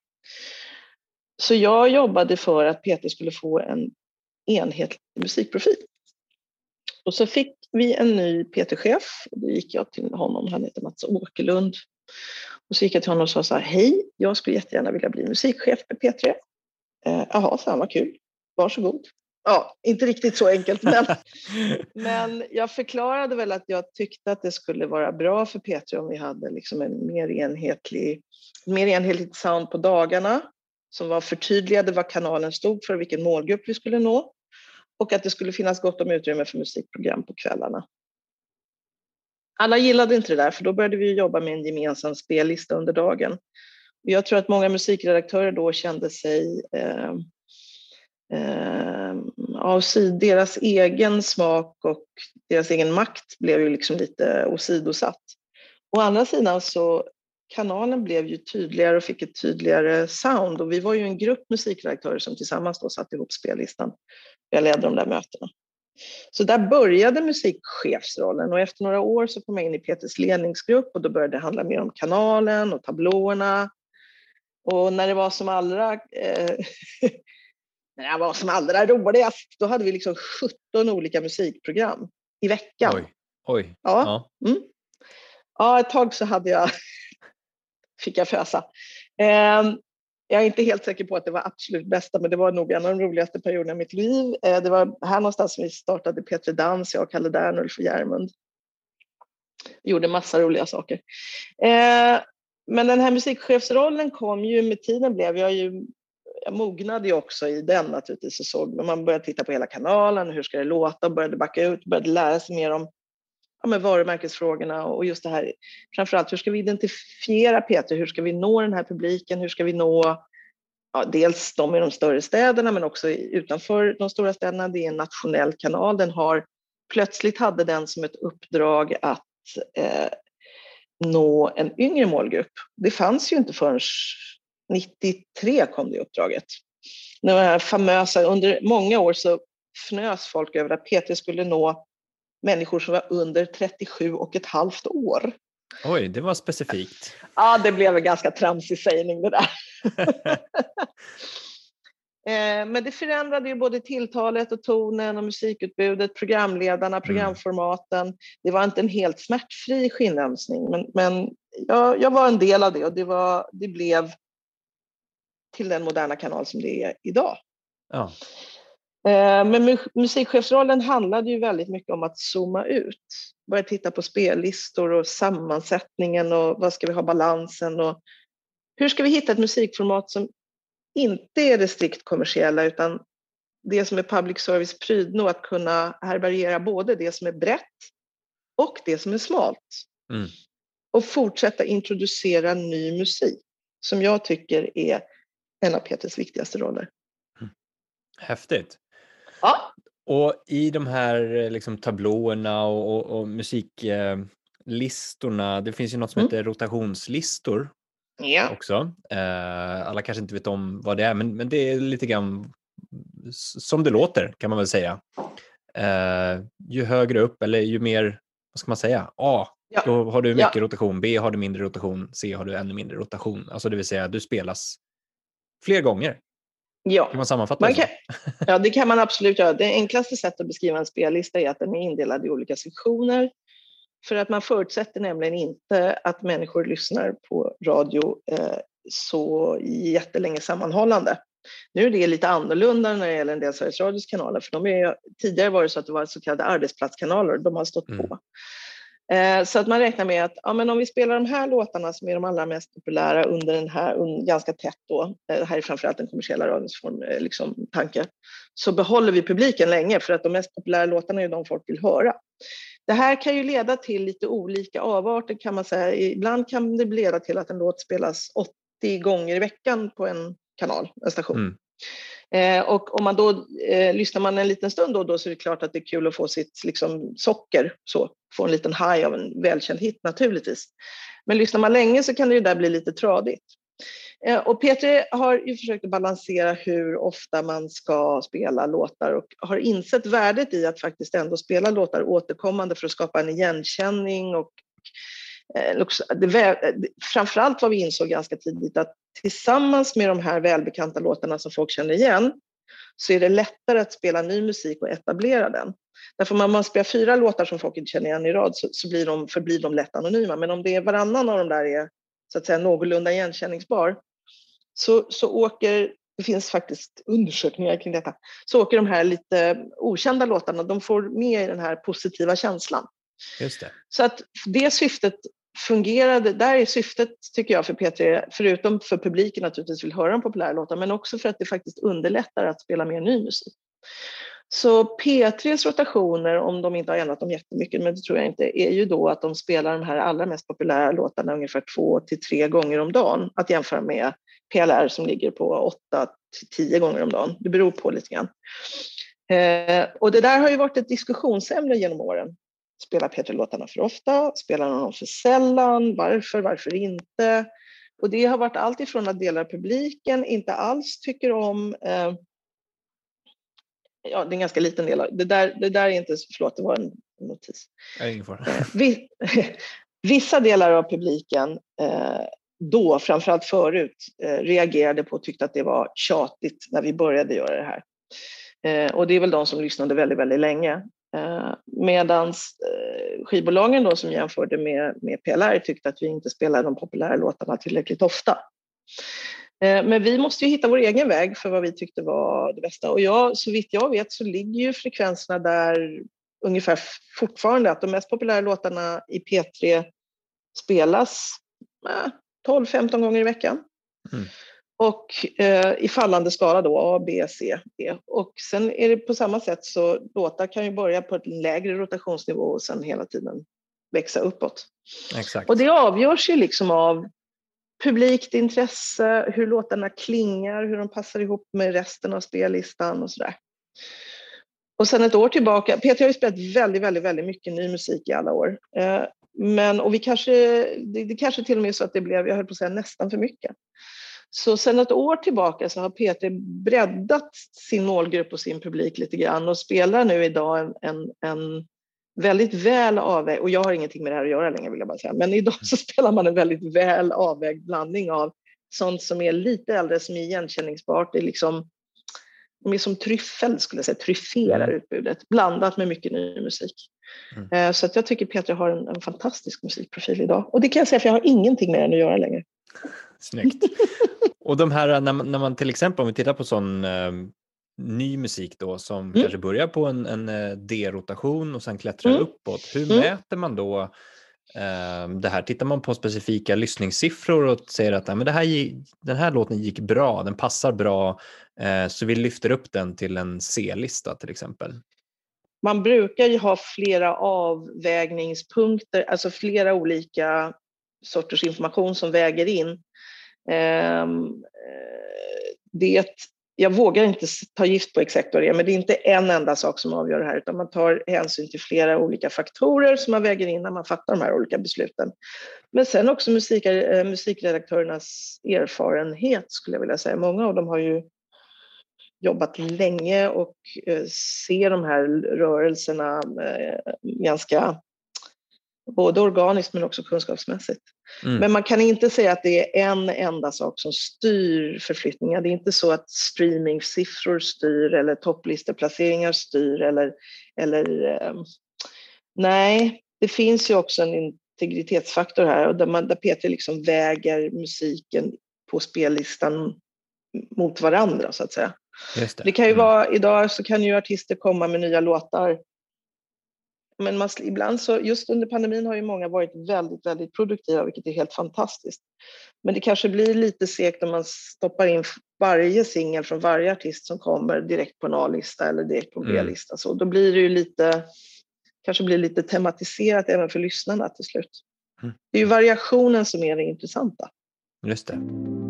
Så jag jobbade för att P tre skulle få en enhetlig musikprofil. Och så fick vi en ny P tre-chef, och då gick jag till honom, han heter Mats Åkerlund. Och så gick jag till honom och sa så här: hej, jag skulle jättegärna vilja bli musikchef på P tre. Jaha, eh, så han var kul. Varsågod. Ja, inte riktigt så enkelt, men, men jag förklarade väl att jag tyckte att det skulle vara bra för P tre om vi hade liksom en mer enhetlig, mer enhetligt sound på dagarna, som var förtydligade vad kanalen stod för, vilken målgrupp vi skulle nå, och att det skulle finnas gott om utrymme för musikprogram på kvällarna. Alla gillade inte det där, för då började vi jobba med en gemensam spellista under dagen. Jag tror att många musikredaktörer då kände sig eh, eh, av deras egen smak och deras egen makt blev ju liksom lite åsidosatt. Å andra sidan så kanalen blev ju tydligare och fick ett tydligare sound, och vi var ju en grupp musikredaktörer som tillsammans då satt ihop spellistan. Jag ledde de där mötena. Så där började musikchefsrollen, och efter några år så kom jag in i P tres ledningsgrupp, och då började det handla mer om kanalen och tablåerna. Och när det var som allra eh, när det var som allra roligast, då hade vi liksom sjutton olika musikprogram i veckan. Oj, oj. Ja, ja. Mm. Ja, ett tag så hade jag fick jag fösa. Eh, jag är inte helt säker på att det var absolut bästa, men det var nog en av de roligaste perioderna i mitt liv. Eh, det var här någonstans som vi startade P tre Dans, jag och Kalle Dernulf och Järmund. Vi gjorde massa roliga saker. Eh, Men den här musikchefsrollen kom ju med tiden, blev jag ju, jag mognade ju också i den naturligtvis, och såg, men man började titta på hela kanalen, hur ska det låta, började backa ut, började lära sig mer om ja, men varumärkesfrågorna och just det här, framförallt hur ska vi identifiera P tre, hur ska vi nå den här publiken, hur ska vi nå ja, dels de i de större städerna men också utanför de stora städerna. Det är en nationell kanal, den har plötsligt hade den som ett uppdrag att eh, nå en yngre målgrupp. Det fanns ju inte förrän nittiotre kom det uppdraget. Det var famösa, under många år så fnös folk över att P tre skulle nå människor som var under trettiosju och ett halvt år. Oj, det var specifikt. Ja, det blev en ganska tramsig sägning det där. Men det förändrade ju både tilltalet och tonen och musikutbudet, programledarna, programformaten. Det var inte en helt smärtfri skinnömsning, men, men jag, jag var en del av det och det, var, det blev till den moderna kanal som det är idag. Ja. Men musikchefsrollen handlade ju väldigt mycket om att zooma ut. Börja titta på spellistor och sammansättningen och vad ska vi ha balansen och hur ska vi hitta ett musikformat som inte är det strikt kommersiella utan det som är public service prydno, att kunna härbärgera både det som är brett och det som är smalt. Mm. Och fortsätta introducera ny musik som jag tycker är en av P tres viktigaste roller. Mm. Häftigt. Ja. Och i de här liksom, tablåerna och, och, och musiklistorna, eh, det finns ju något som mm. heter rotationslistor. Ja. Också. Eh, alla kanske inte vet om vad det är, men, men det är lite grann som det låter kan man väl säga. Eh, ju högre upp eller ju mer, vad ska man säga? A, ja. Då har du mycket ja. rotation. B har du mindre rotation. C har du ännu mindre rotation. Alltså det vill säga du spelas fler gånger. Ja. Kan man sammanfatta man det? Kan, ja, det kan man absolut göra. Det enklaste sättet att beskriva en spellista är att den är indelad i olika sektioner. För att man förutsätter nämligen inte att människor lyssnar på radio eh, så jättelänge sammanhållande. Nu är det lite annorlunda när det gäller en del Sveriges Radios kanaler. För de är, tidigare var det så att det var så kallade arbetsplatskanaler. De har stått mm. på. Eh, så att man räknar med att ja, men om vi spelar de här låtarna som är de allra mest populära under den här, un, ganska tätt då. Eh, det här är framförallt den kommersiella radions form, eh, liksom, tanke. Så behåller vi publiken länge för att de mest populära låtarna är de folk vill höra. Det här kan ju leda till lite olika avarter kan man säga. Ibland kan det leda till att en låt spelas åttio gånger i veckan på en kanal, en station. Mm. Eh, och om man då eh, lyssnar man en liten stund då, då så är det klart att det är kul att få sitt liksom, socker, så, få en liten high av en välkänd hit naturligtvis. Men lyssnar man länge så kan det ju där bli lite tradigt. Eh, och P tre har ju försökt att balansera hur ofta man ska spela låtar och har insett värdet i att faktiskt ändå spela låtar återkommande för att skapa en igenkänning och eh, det, framförallt vad vi insåg ganska tidigt att tillsammans med de här välbekanta låtarna som folk känner igen så är det lättare att spela ny musik och etablera den. Därför om man spelar fyra låtar som folk inte känner igen i rad så, så blir de, förblir de lätt anonyma. Men om det är varannan av de där är så att säga någorlunda igenkänningsbar så, så åker, det finns faktiskt undersökningar kring detta, så åker de här lite okända låtarna, de får med i den här positiva känslan. Just det. Så att det syftet fungerade, där är syftet tycker jag för P tre, förutom för publiken naturligtvis vill höra en populär låtar, men också för att det faktiskt underlättar att spela mer ny musik. Så P tres rotationer, om de inte har ändrat dem jättemycket, men det tror jag inte, är ju då att de spelar de här allra mest populära låtarna ungefär två till tre gånger om dagen, att jämföra med P L R som ligger på åtta till tio gånger om dagen. Det beror på lite grann. Eh, och det där har ju varit ett diskussionsämne genom åren. Spelar P tre-låtarna för ofta? Spelar de för sällan? Varför? Varför inte? Och det har varit allt ifrån att delar av publiken inte alls tycker om... Eh, ja, det är en ganska liten del av... Det där, det där är inte... Förlåt, det var en notis. Jag är ingen fara. Eh, vissa delar av publiken eh, då, framförallt förut, eh, reagerade på och tyckte att det var tjatigt när vi började göra det här. Eh, och det är väl de som lyssnade väldigt, väldigt länge. Eh, medans eh, skivbolagen då som jämförde med, med P L R tyckte att vi inte spelade de populära låtarna tillräckligt ofta. Eh, men vi måste ju hitta vår egen väg för vad vi tyckte var det bästa. Och jag, så vitt jag vet så ligger ju frekvenserna där ungefär fortfarande, att de mest populära låtarna i P tre spelas eh, tolv femton gånger i veckan. Mm. Och eh, i fallande skala då, A, B, C, D. Och sen är det på samma sätt så låtar kan ju börja på ett lägre rotationsnivå och sen hela tiden växa uppåt. Exakt. Och det avgörs ju liksom av publikt intresse, hur låtarna klingar, hur de passar ihop med resten av spellistan och sådär. Och sen ett år tillbaka, Peter har ju spelat väldigt, väldigt, väldigt mycket ny musik i alla år. Eh, men, och vi kanske, det, det kanske till och med så att det blev, jag höll på att säga nästan för mycket. Så sen ett år tillbaka så har Peter breddat sin målgrupp och sin publik lite grann och spelar nu idag en, en, en väldigt väl avvägd, och jag har ingenting med det här att göra längre vill jag bara säga, men idag så spelar man en väldigt väl avvägd blandning av sånt som är lite äldre, som är igenkänningsbart, det är liksom, de är som tryffel skulle jag säga, tryfferar Mm. utbudet, blandat med mycket ny musik. Mm. Så att jag tycker Peter har en, en fantastisk musikprofil idag, och det kan jag säga för jag har ingenting med den att göra längre. Snyggt. Och de här, när man, när man till exempel, om vi tittar på sån eh, ny musik då som mm. kanske börjar på en, en D-rotation och sen klättrar mm. uppåt, hur mm. mäter man då eh, det här? Tittar man på specifika lyssningssiffror och säger att ja, men det här, den här låten gick bra, den passar bra, eh, så vi lyfter upp den till en C-lista till exempel? Man brukar ju ha flera avvägningspunkter, alltså flera olika sorters information som väger in. Det, jag vågar inte ta gift på exakt vad det är, men det är inte en enda sak som avgör det här, utan man tar hänsyn till flera olika faktorer som man väger in när man fattar de här olika besluten. Men sen också musik, musikredaktörernas erfarenhet skulle jag vilja säga. Många av dem har ju jobbat länge och ser de här rörelserna ganska både organiskt men också kunskapsmässigt. Mm. Men man kan inte säga att det är en enda sak som styr förflyttningar. Det är inte så att streamingsiffror styr eller topplisteplaceringar styr eller, eller eh, nej, det finns ju också en integritetsfaktor här där, man, där Peter liksom väger musiken på spellistan mot varandra så att säga. Just det. Det kan ju mm. vara, idag så kan ju artister komma med nya låtar. Men man, ibland så, just under pandemin har ju många varit väldigt, väldigt produktiva, vilket är helt fantastiskt. Men det kanske blir lite segt om man stoppar in varje singel från varje artist som kommer direkt på en A-lista eller direkt på en B-lista. Så då blir det ju lite, kanske blir lite tematiserat även för lyssnarna till slut. Mm. Det är ju variationen som är det intressanta. Just det.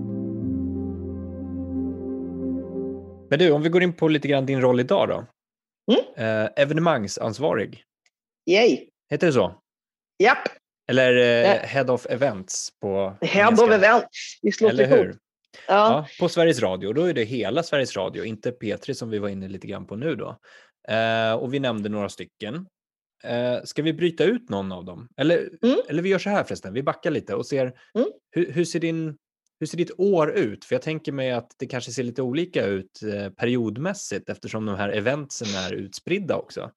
Men du, om vi går in på lite grann din roll idag då. Mm. Eh, evenemangsansvarig. Yay. Heter det så? Japp. Eller eh, Head of Events på Head engelska. Of Events, vi slår Eller hur? Ja. Ja, på Sveriges Radio, då är det hela Sveriges Radio, inte P tre som vi var inne lite grann på nu då. Eh, och vi nämnde några stycken. Eh, ska vi bryta ut någon av dem? Eller, mm. eller vi gör så här förresten, vi backar lite och ser mm. hur, hur ser din... Hur ser ditt år ut? För jag tänker mig att det kanske ser lite olika ut eh, periodmässigt eftersom de här eventsen är utspridda också.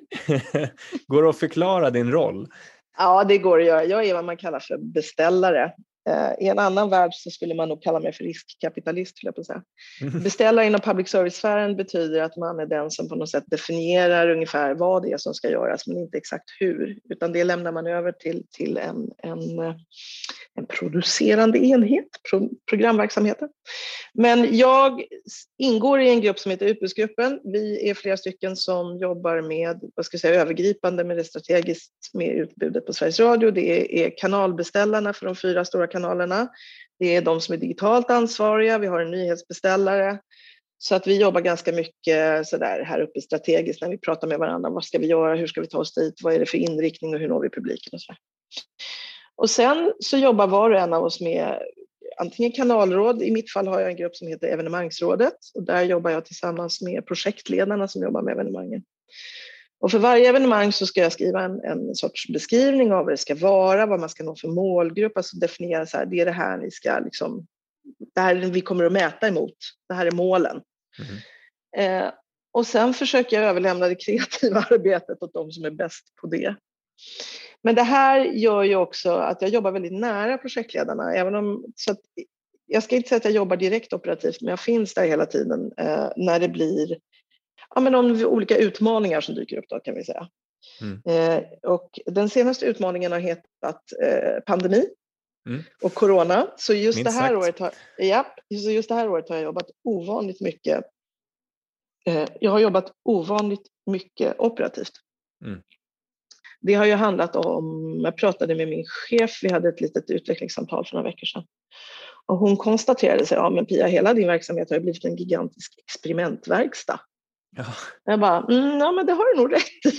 Går det att förklara din roll? Ja, det går att göra. Jag är vad man kallar för beställare. Eh, I en annan värld så skulle man nog kalla mig för riskkapitalist, skulle jag på säga. Beställare inom public service-sfären betyder att man är den som på något sätt definierar ungefär vad det är som ska göras, men inte exakt hur. Utan det lämnar man över till, till en, en, en producerande enhet, pro, programverksamheten. Men jag ingår i en grupp som heter Utbudsgruppen. Vi är flera stycken som jobbar med, vad ska jag säga, övergripande med det strategiskt med utbudet på Sveriges Radio. Det är kanalbeställarna för de fyra stora kanalerna. Det är de som är digitalt ansvariga. Vi har en nyhetsbeställare. Så att vi jobbar ganska mycket så där här uppe strategiskt när vi pratar med varandra. Vad ska vi göra? Hur ska vi ta oss dit? Vad är det för inriktning och hur når vi publiken och så där. Och sen så jobbar var och en av oss med antingen kanalråd. I mitt fall har jag en grupp som heter Evenemangsrådet. Och där jobbar jag tillsammans med projektledarna som jobbar med evenemangen. Och för varje evenemang så ska jag skriva en, en sorts beskrivning av vad det ska vara, vad man ska nå för målgrupp, alltså definiera så här, det är det här ni ska liksom, det här vi kommer att mäta emot, det här är målen. Mm. Eh, och sen försöker jag överlämna det kreativa arbetet åt de som är bäst på det. Men det här gör ju också att jag jobbar väldigt nära projektledarna, även om, så att, jag ska inte säga att jag jobbar direkt operativt, men jag finns där hela tiden eh, när det blir ja, men de olika utmaningar som dyker upp då, kan vi säga. Mm. Eh, och den senaste utmaningen har hetat eh, pandemi. Mm. och corona. Så just Minst det här sagt. året har, ja, så just det här året har jag jobbat ovanligt mycket. Eh, jag har jobbat ovanligt mycket operativt. Mm. Det har ju handlat om, jag pratade med min chef, vi hade ett litet utvecklingssamtal för några veckor sedan. Och hon konstaterade sig, ja men Pia, hela din verksamhet har blivit en gigantisk experimentverkstad. Ja. Jag bara, mm, ja men det har du nog rätt i.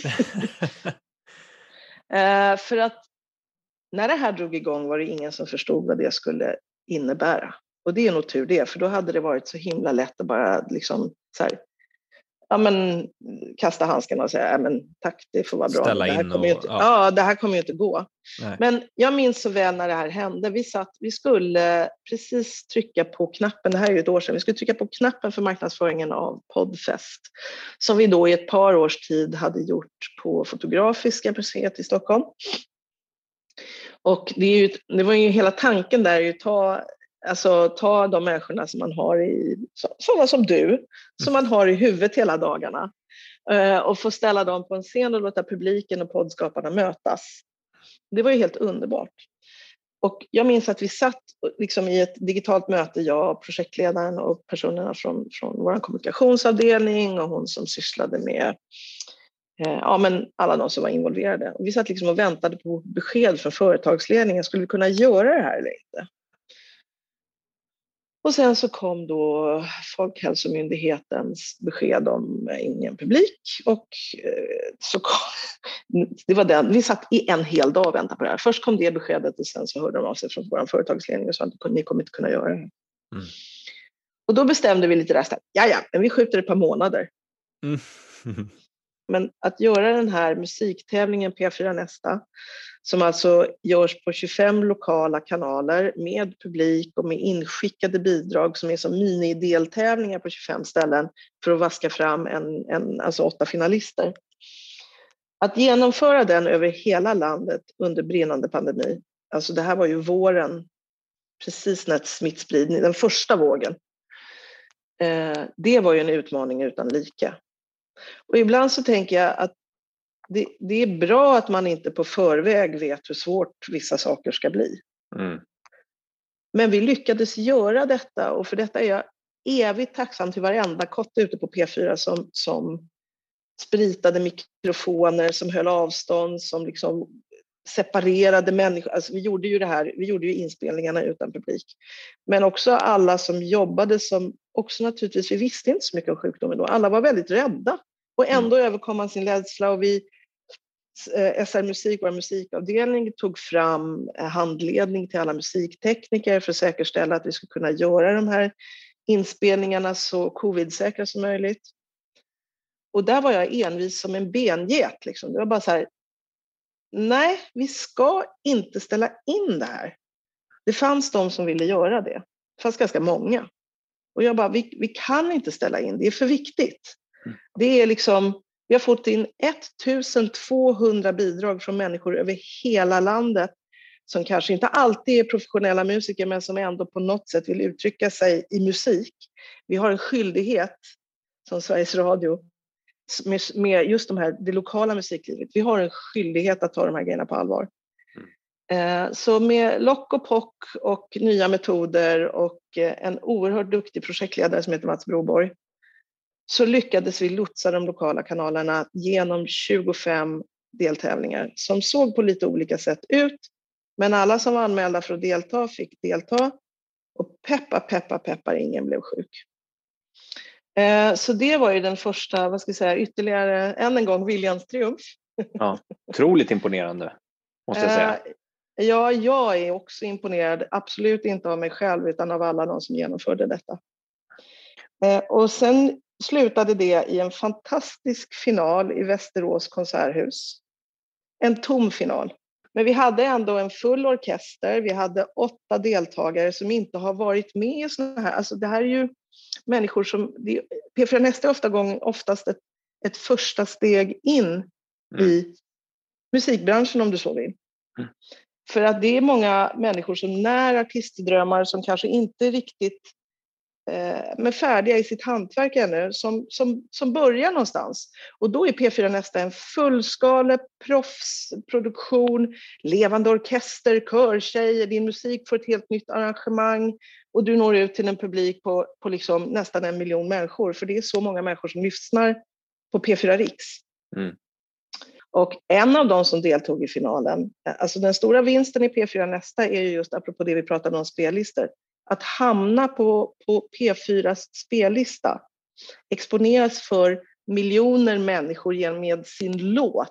eh, för att när det här drog igång var det ingen som förstod vad det skulle innebära. Och det är nog tur det, för då hade det varit så himla lätt att bara liksom så här, ja men kasta handskarna och säga, ja men tack, det får vara bra. Ställa det här in kommer och, ju inte, ja. ja, det här kommer ju inte gå. Nej. Men jag minns så väl när det här hände. Vi satt, vi skulle precis trycka på knappen, det här är ju ett år sedan, vi skulle trycka på knappen för marknadsföringen av Podfest. Som vi då i ett par års tid hade gjort på Fotografiska museet i Stockholm. Och det, är ju, det var ju hela tanken där, ju ta, alltså, ta de människorna som man har i, sådana som du, som man har i huvudet hela dagarna. Eh, och få ställa dem på en scen och låta publiken och poddskaparna mötas. Det var ju helt underbart. Och jag minns att vi satt liksom i ett digitalt möte, jag, projektledaren och personerna från, från vår kommunikationsavdelning och hon som sysslade med eh, ja, men alla de som var involverade. Och vi satt liksom och väntade på besked från företagsledningen. Skulle vi kunna göra det här eller inte? Och sen så kom då Folkhälsomyndighetens besked om ingen publik och så kom, det var den, vi satt i en hel dag och väntade på det här. Först kom det beskedet och sen så hörde de av sig från vår företagsledning och sa att ni kommer inte kunna göra det. Mm. Och då bestämde vi lite där, ja ja, men vi skjuter ett par månader. Mm. Men att göra den här musiktävlingen P fyra Nästa, som alltså görs på tjugofem lokala kanaler med publik och med inskickade bidrag som är som mini-deltävlingar på tjugofem ställen för att vaska fram en, en, alltså åtta finalister. Att genomföra den över hela landet under brinnande pandemi, alltså det här var ju våren, precis när smittspridning, den första vågen, eh, det var ju en utmaning utan like. Och ibland så tänker jag att det, det är bra att man inte på förväg vet hur svårt vissa saker ska bli. Mm. Men vi lyckades göra detta och för detta är jag evigt tacksam till varenda kotte ute på P fyra som, som spritade mikrofoner, som höll avstånd, som liksom separerade människor. Alltså vi gjorde ju det här, vi gjorde ju inspelningarna utan publik. Men också alla som jobbade som också naturligtvis, vi visste inte så mycket om sjukdomen då. Alla var väldigt rädda och ändå mm. överkom man sin rädsla och vi S R Musik, vår musikavdelning, tog fram handledning till alla musiktekniker för att säkerställa att vi skulle kunna göra de här inspelningarna så covid-säkra som möjligt. Och där var jag envis som en benget. Liksom. Det var bara så här, nej, vi ska inte ställa in det här. Det fanns de som ville göra det. Det fanns ganska många. Och jag bara, vi, vi kan inte ställa in, det är för viktigt. Mm. Det är liksom, vi har fått in ettusentvåhundra bidrag från människor över hela landet som kanske inte alltid är professionella musiker men som ändå på något sätt vill uttrycka sig i musik. Vi har en skyldighet som Sveriges Radio med, med just de här, det lokala musiklivet. Vi har en skyldighet att ta de här grejerna på allvar. Mm. Så med lock och pock och nya metoder och en oerhört duktig projektledare som heter Mats Broborg så lyckades vi lotsa de lokala kanalerna genom tjugofem deltävlingar som såg på lite olika sätt ut. Men alla som var anmälda för att delta fick delta och peppa, peppa, peppar, ingen blev sjuk. Så det var ju den första, vad ska jag säga, ytterligare, än en gång, Viljans triumf. Ja, otroligt imponerande, måste jag säga. Ja, jag är också imponerad, absolut inte av mig själv utan av alla de som genomförde detta. Och sen slutade det i en fantastisk final i Västerås konserthus. En tom final. Men vi hade ändå en full orkester, vi hade åtta deltagare som inte har varit med i sådana här, alltså det här är ju människor som, P fyra Nästa är ofta gång, oftast ett, ett första steg in mm. i musikbranschen om du så vill. Mm. För att det är många människor som när artistdrömmar som kanske inte riktigt eh, men färdiga i sitt hantverk ännu, som, som, som börjar någonstans. Och då är P fyra Nästa en fullskalig proffsproduktion, levande orkester, körtjejer, din musik får ett helt nytt arrangemang och du når ut till en publik på, på liksom nästan en miljon människor, för det är så många människor som lyssnar på P fyra Riks. Mm. Och en av de som deltog i finalen, alltså den stora vinsten i P fyra Nästa är ju just, apropå det vi pratade om spellistor, att hamna på, på P fyras spellista, exponeras för miljoner människor med sin låt.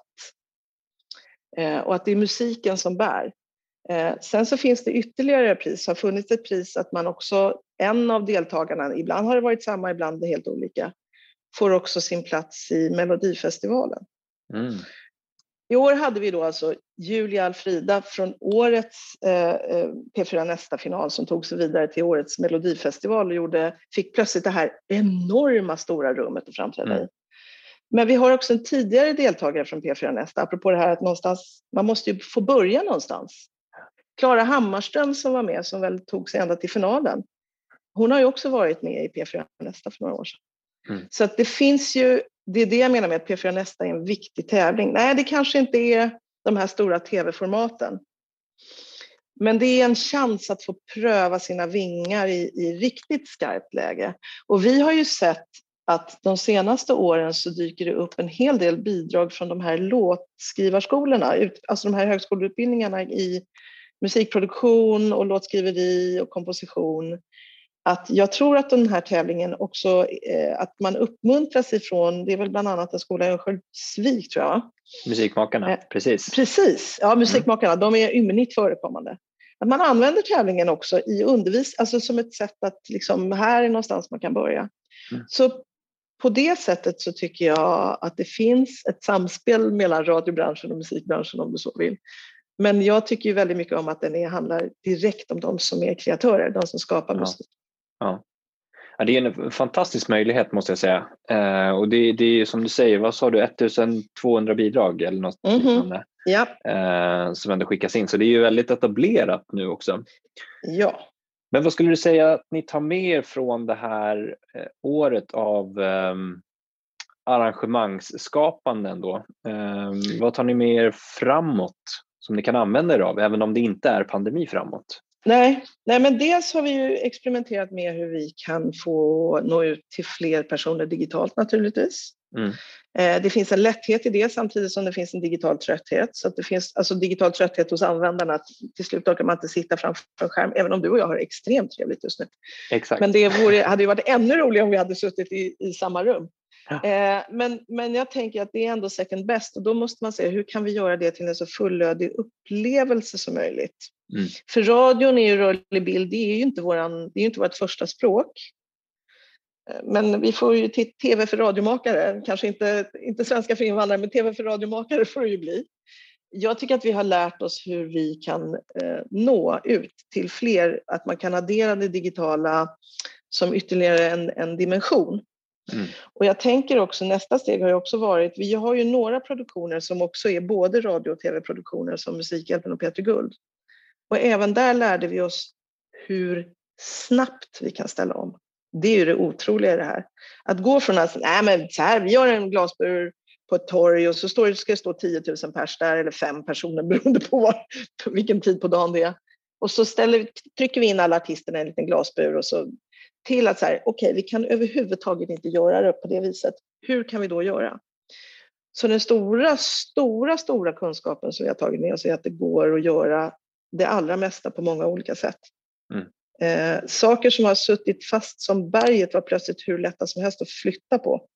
Eh, och att det är musiken som bär. Eh, sen så finns det ytterligare pris, har funnits ett pris att man också, en av deltagarna, ibland har det varit samma, ibland det helt olika, får också sin plats i Melodifestivalen. Mm. I år hade vi då alltså Julia Alfrida från årets eh, P fyra Nästa-final som tog sig vidare till årets Melodifestival och gjorde, fick plötsligt det här enorma stora rummet att framträda mm. i. Men vi har också en tidigare deltagare från P fyra Nästa, apropå det här att någonstans, man måste ju få börja någonstans. Klara Hammarström som var med, som väl tog sig ända till finalen. Hon har ju också varit med i P fyra Nästa för några år sedan. Mm. Så att det finns ju, det är det jag menar med att P fyra Nästa är en viktig tävling. Nej, det kanske inte är de här stora tv-formaten. Men det är en chans att få pröva sina vingar i, i riktigt skarpt läge. Och vi har ju sett att de senaste åren så dyker det upp en hel del bidrag från de här låtskrivarskolorna, alltså de här högskoleutbildningarna i musikproduktion och låtskriveri och komposition. Att jag tror att den här tävlingen också, eh, att man uppmuntras ifrån, det är väl bland annat en skola i Örnsköldsvik tror jag. Musikmakarna, eh, precis. Precis, ja musikmakarna, mm. de är ymnigt förekommande. Att man använder tävlingen också i undervis, alltså som ett sätt att liksom, här är någonstans man kan börja. Mm. Så på det sättet så tycker jag att det finns ett samspel mellan radiobranschen och musikbranschen om du så vill. Men jag tycker ju väldigt mycket om att den är, handlar direkt om de som är kreatörer, de som skapar ja. musik. Ja. Ja, det är en fantastisk möjlighet måste jag säga. Eh, och det, det är som du säger, vad sa du, ettusentvåhundra bidrag eller något mm-hmm. liknande ja. eh, som ändå skickas in. Så det är ju väldigt etablerat nu också. Ja. Men vad skulle du säga att ni tar med er från det här eh, året av eh, arrangemangsskapande ändå? Eh, vad tar ni med er framåt som ni kan använda er av, även om det inte är pandemi framåt? Nej, nej, men dels har vi ju experimenterat med hur vi kan få nå ut till fler personer digitalt naturligtvis. Mm. Eh, det finns en lätthet i det samtidigt som det finns en digital trötthet. Så att det finns alltså digital trötthet hos användarna, att till slut orkar man inte sitta framför en skärm, även om du och jag har extremt trevligt just nu. Exakt. Men det vore, hade ju varit ännu roligare om vi hade suttit i, i samma rum. Ja. Eh, men, men jag tänker att det är ändå second best, och då måste man se hur kan vi göra det till en så fullödig upplevelse som möjligt. Mm. För radion är ju rörlig bild, det är ju inte, våran, det är ju inte vårt första språk. Men vi får ju till tv för radiomakare, kanske inte, inte svenska för invandrare, men tv för radiomakare får det ju bli. Jag tycker att vi har lärt oss hur vi kan eh, nå ut till fler, att man kan addera det digitala som ytterligare en, en dimension. Mm. Och jag tänker också, nästa steg har ju också varit, vi har ju några produktioner som också är både radio- och tv-produktioner som Musikhjälpen och Peter Guld. Och även där lärde vi oss hur snabbt vi kan ställa om. Det är ju det otroliga i det här. Att gå från att, nej men så här, vi gör en glasbur på ett torg och så står, ska det stå tio tusen pers där, eller fem personer beroende på var, vilken tid på dagen det är. Och så ställer, trycker vi in alla artisterna i en liten glasbur och så till att så här, okej, okay, vi kan överhuvudtaget inte göra det på det viset. Hur kan vi då göra? Så den stora, stora, stora kunskapen som vi har tagit med oss är att det går att göra det allra mesta på många olika sätt. Mm. Eh, saker som har suttit fast som berget var plötsligt hur lätta som helst att flytta på.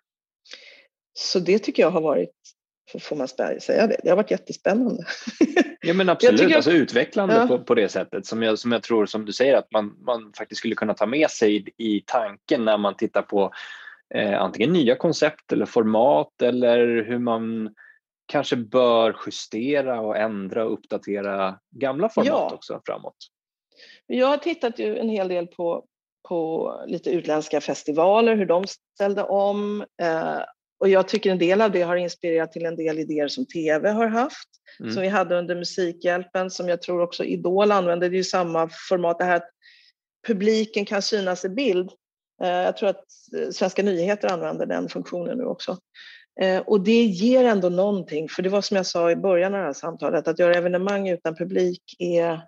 Så det tycker jag har varit, får man säga det, det har varit jättespännande. Ja men absolut, jag alltså utvecklande ja. på, på det sättet som jag, som jag tror, som du säger, att man, man faktiskt skulle kunna ta med sig i, i tanken när man tittar på eh, antingen nya koncept eller format, eller hur man kanske bör justera och ändra och uppdatera gamla format ja. också framåt. Jag har tittat ju en hel del på, på lite utländska festivaler, hur de ställde om. Eh, och jag tycker en del av det har inspirerat till en del idéer som tv har haft. Mm. Som vi hade under Musikhjälpen, som jag tror också Idol använde. Det är ju samma format, det här att publiken kan synas i bild. Jag tror att Svenska nyheter använder den funktionen nu också. Och det ger ändå någonting, för det var som jag sa i början av det här samtalet, att göra evenemang utan publik är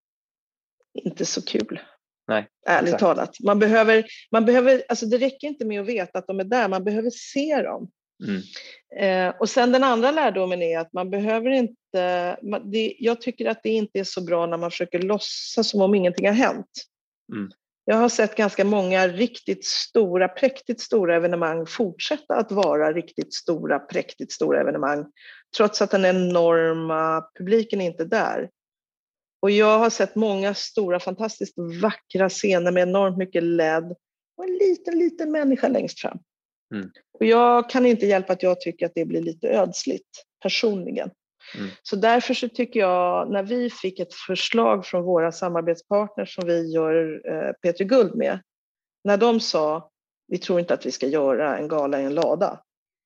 inte så kul. Nej, ärligt exakt. talat. Man behöver, man behöver, alltså det räcker inte med att veta att de är där, man behöver se dem. Mm. Eh, och sen den andra lärdomen är att man behöver inte, man, det, jag tycker att det inte är så bra när man försöker låtsas som om ingenting har hänt. Mm. Jag har sett ganska många riktigt stora, präktigt stora evenemang fortsätta att vara riktigt stora, präktigt stora evenemang, trots att den enorma publiken inte är där. Och jag har sett många stora, fantastiskt vackra scener med enormt mycket L E D och en liten, liten människa längst fram. Mm. Och jag kan inte hjälpa att jag tycker att det blir lite ödsligt, personligen. Mm. Så därför så tycker jag, när vi fick ett förslag från våra samarbetspartners som vi gör eh, P tre Guld med, när de sa, vi tror inte att vi ska göra en gala i en lada.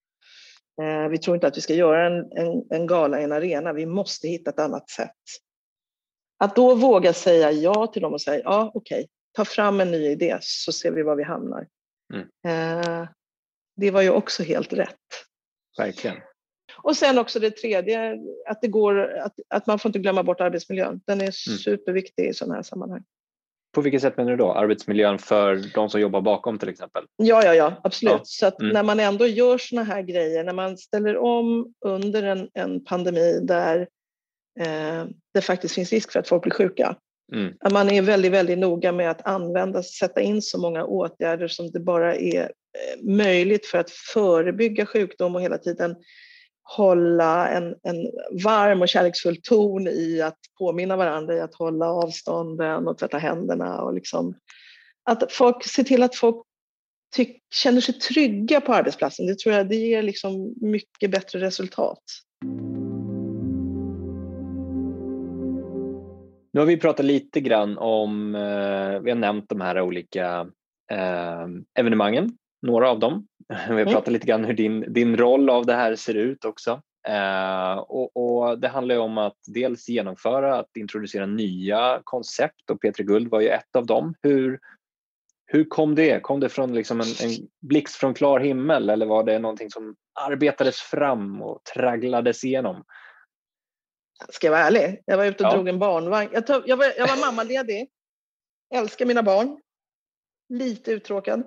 Eh, vi tror inte att vi ska göra en, en, en gala i en arena, vi måste hitta ett annat sätt. Att då våga säga ja till dem och säga, ja okej, ta fram en ny idé så ser vi var vi hamnar. Mm. Eh, det var ju också helt rätt. Verkligen. Och sen också det tredje, att, det går, att, att man får inte glömma bort arbetsmiljön. Den är mm. superviktig i sådana här sammanhang. På vilket sätt menar du då? Arbetsmiljön för de som jobbar bakom till exempel? Ja, ja, ja, absolut. Ja. Så att mm. när man ändå gör sådana här grejer, när man ställer om under en, en pandemi där eh, det faktiskt finns risk för att folk blir sjuka. Mm. Att man är väldigt, väldigt noga med att använda, sätta in så många åtgärder som det bara är eh, möjligt för att förebygga sjukdom och hela tiden hålla en, en varm och kärleksfull ton i att påminna varandra i att hålla avstånden och tvätta händerna och liksom att folk ser till att folk tyck, känner sig trygga på arbetsplatsen. Det tror jag det ger liksom mycket bättre resultat. Nu har vi pratat lite grann om, eh, vi har nämnt de här olika eh, evenemangen, några av dem. Vi har pratat lite grann hur din, din roll av det här ser ut också. Eh, och, och det handlar ju om att dels genomföra, att introducera nya koncept, och P tre Guld var ju ett av dem. Hur, hur kom det? Kom det från liksom en, en blixt från klar himmel, eller var det någonting som arbetades fram och tragglades igenom? Ska jag vara ärlig? Jag var ute och ja. drog en barnvagn. Jag, tog, jag, var, jag var mammaledig. Älskar mina barn. Lite uttråkad.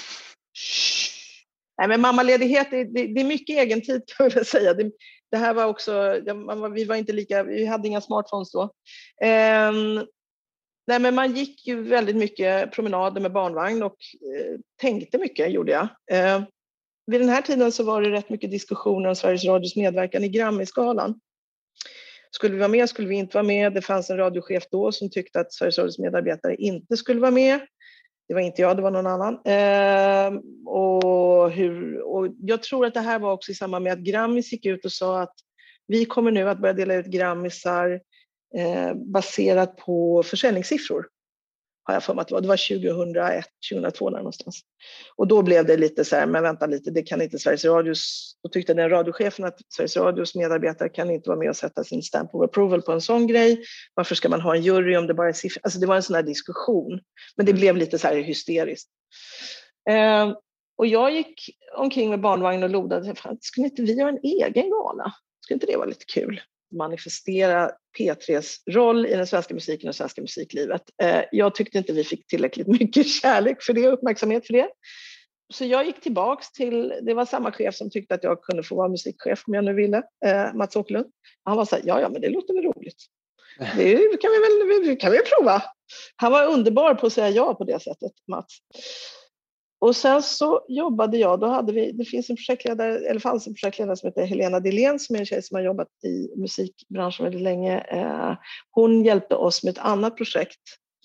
Nej, men mammaledighet, det, det, det är mycket egen tid kan jag väl säga. Det, det här var också, man, vi var inte lika, vi hade inga smartphones då. Eh, nej, men man gick ju väldigt mycket promenader med barnvagn och eh, tänkte mycket, gjorde jag. Eh, vid den här tiden så var det rätt mycket diskussioner om Sveriges Radios medverkan i Grammisgalan. Skulle vi vara med, skulle vi inte vara med? Det fanns en radiochef då som tyckte att Sveriges Radios medarbetare inte skulle vara med. Det var inte jag, det var någon annan. Eh, och, hur, och jag tror att det här var också i samband med att Grammis gick ut och sa att vi kommer nu att börja dela ut Grammisar eh, baserat på försäljningssiffror. Har jag för mig att det var. Det var tjugohundraett, tjugohundratvå där någonstans. Och då blev det lite så här, men vänta lite, det kan inte Sveriges Radios, då tyckte den radiochefen att Sveriges Radios medarbetare kan inte vara med och sätta sin stamp of approval på en sån grej. Varför ska man ha en jury om det bara är siffror? Alltså det var en sån här diskussion. Men det blev lite så här hysteriskt. Eh, och jag gick omkring med barnvagn och lodade, fan, skulle inte vi göra en egen gala? Skulle inte det vara lite kul? Manifestera P tres roll i den svenska musiken och svenska musiklivet. Eh, jag tyckte inte vi fick tillräckligt mycket kärlek för det, uppmärksamhet för det. Så jag gick tillbaks till, det var samma chef som tyckte att jag kunde få vara musikchef om jag nu ville, eh, Mats Åkerlund. Han var så här, ja ja men det låter väl roligt. Det kan vi väl kan vi prova. Han var underbar på att säga ja på det sättet, Mats. Och sen så jobbade jag, då hade vi, det finns en projektledare, eller fanns en projektledare som heter Helena Dillén som är en tjej som har jobbat i musikbranschen väldigt länge. Eh, hon hjälpte oss med ett annat projekt.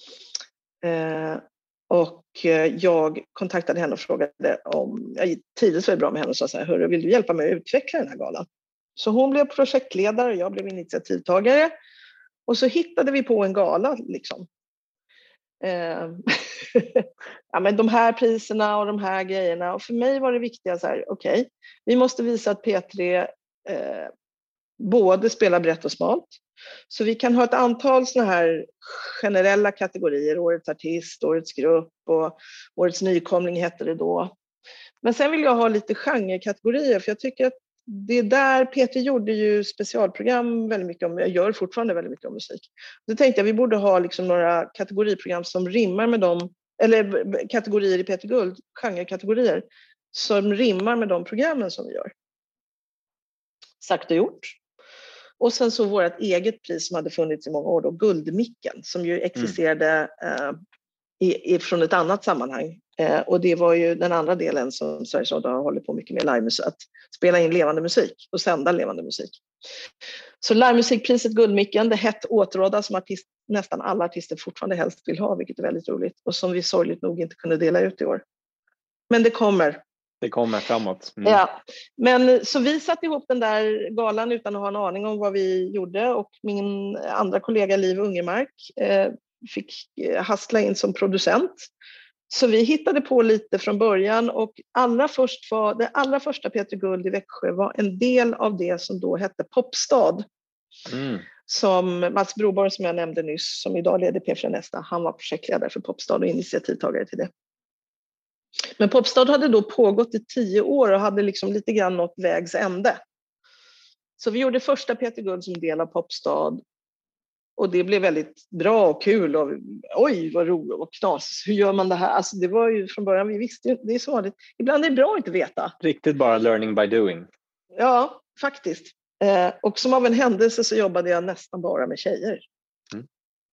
Eh, och jag kontaktade henne och frågade om, jag trivdes väldigt bra med henne och sa så här, hörru, vill du hjälpa mig att utveckla den här galan? Så hon blev projektledare och jag blev initiativtagare. Och så hittade vi på en gala liksom. Eh, ja, men de här priserna och de här grejerna, och för mig var det viktiga så här, okej, okay, vi måste visa att P tre eh, både spela brett och smalt. Så vi kan ha ett antal såna här generella kategorier, årets artist, årets grupp och årets nykomling hette det då. Men sen vill jag ha lite genrekategorier, för jag tycker att det är där Peter gjorde ju specialprogram väldigt mycket om, jag gör fortfarande väldigt mycket om musik. Då tänkte jag vi borde ha liksom några kategoriprogram som rimmar med dem, eller kategorier i Peter Guld, genrekategorier som rimmar med de programmen som vi gör. Sagt och gjort. Och sen så vårt eget pris som hade funnits i många år då, Guldmicken, som ju existerade mm. eh, i, i, från ett annat sammanhang. Eh, och det var ju den andra delen som Sveriges Radio har hållit på mycket med, livemusik, att spela in levande musik och sända levande musik. Så livemusikpriset Guldmicken, det hett åtrådda som artist, nästan alla artister fortfarande helst vill ha, vilket är väldigt roligt. Och som vi sorgligt nog inte kunde dela ut i år. Men det kommer. Det kommer framåt. Mm. Ja, men så vi satte ihop den där galan utan att ha en aning om vad vi gjorde, och min andra kollega Liv Ungermark eh, fick hassla in som producent. Så vi hittade på lite från början, och allra först var, det allra första Peter Guld i Växjö var en del av det som då hette Popstad. Mm. Som Mats Broborg, som jag nämnde nyss, som idag leder P fyra Nästa, han var projektledare för Popstad och initiativtagare till det. Men Popstad hade då pågått i tio år och hade liksom lite grann nått vägs ände. Så vi gjorde första Peter Guld som del av Popstad. Och det blev väldigt bra och kul. Och oj, vad roligt och knas. Hur gör man det här? Alltså det var ju från början, vi visste ju, det är så vanligt. Ibland är det bra att inte veta. Riktigt bara learning by doing. Ja, faktiskt. Eh, och som av en händelse så jobbade jag nästan bara med tjejer. Mm.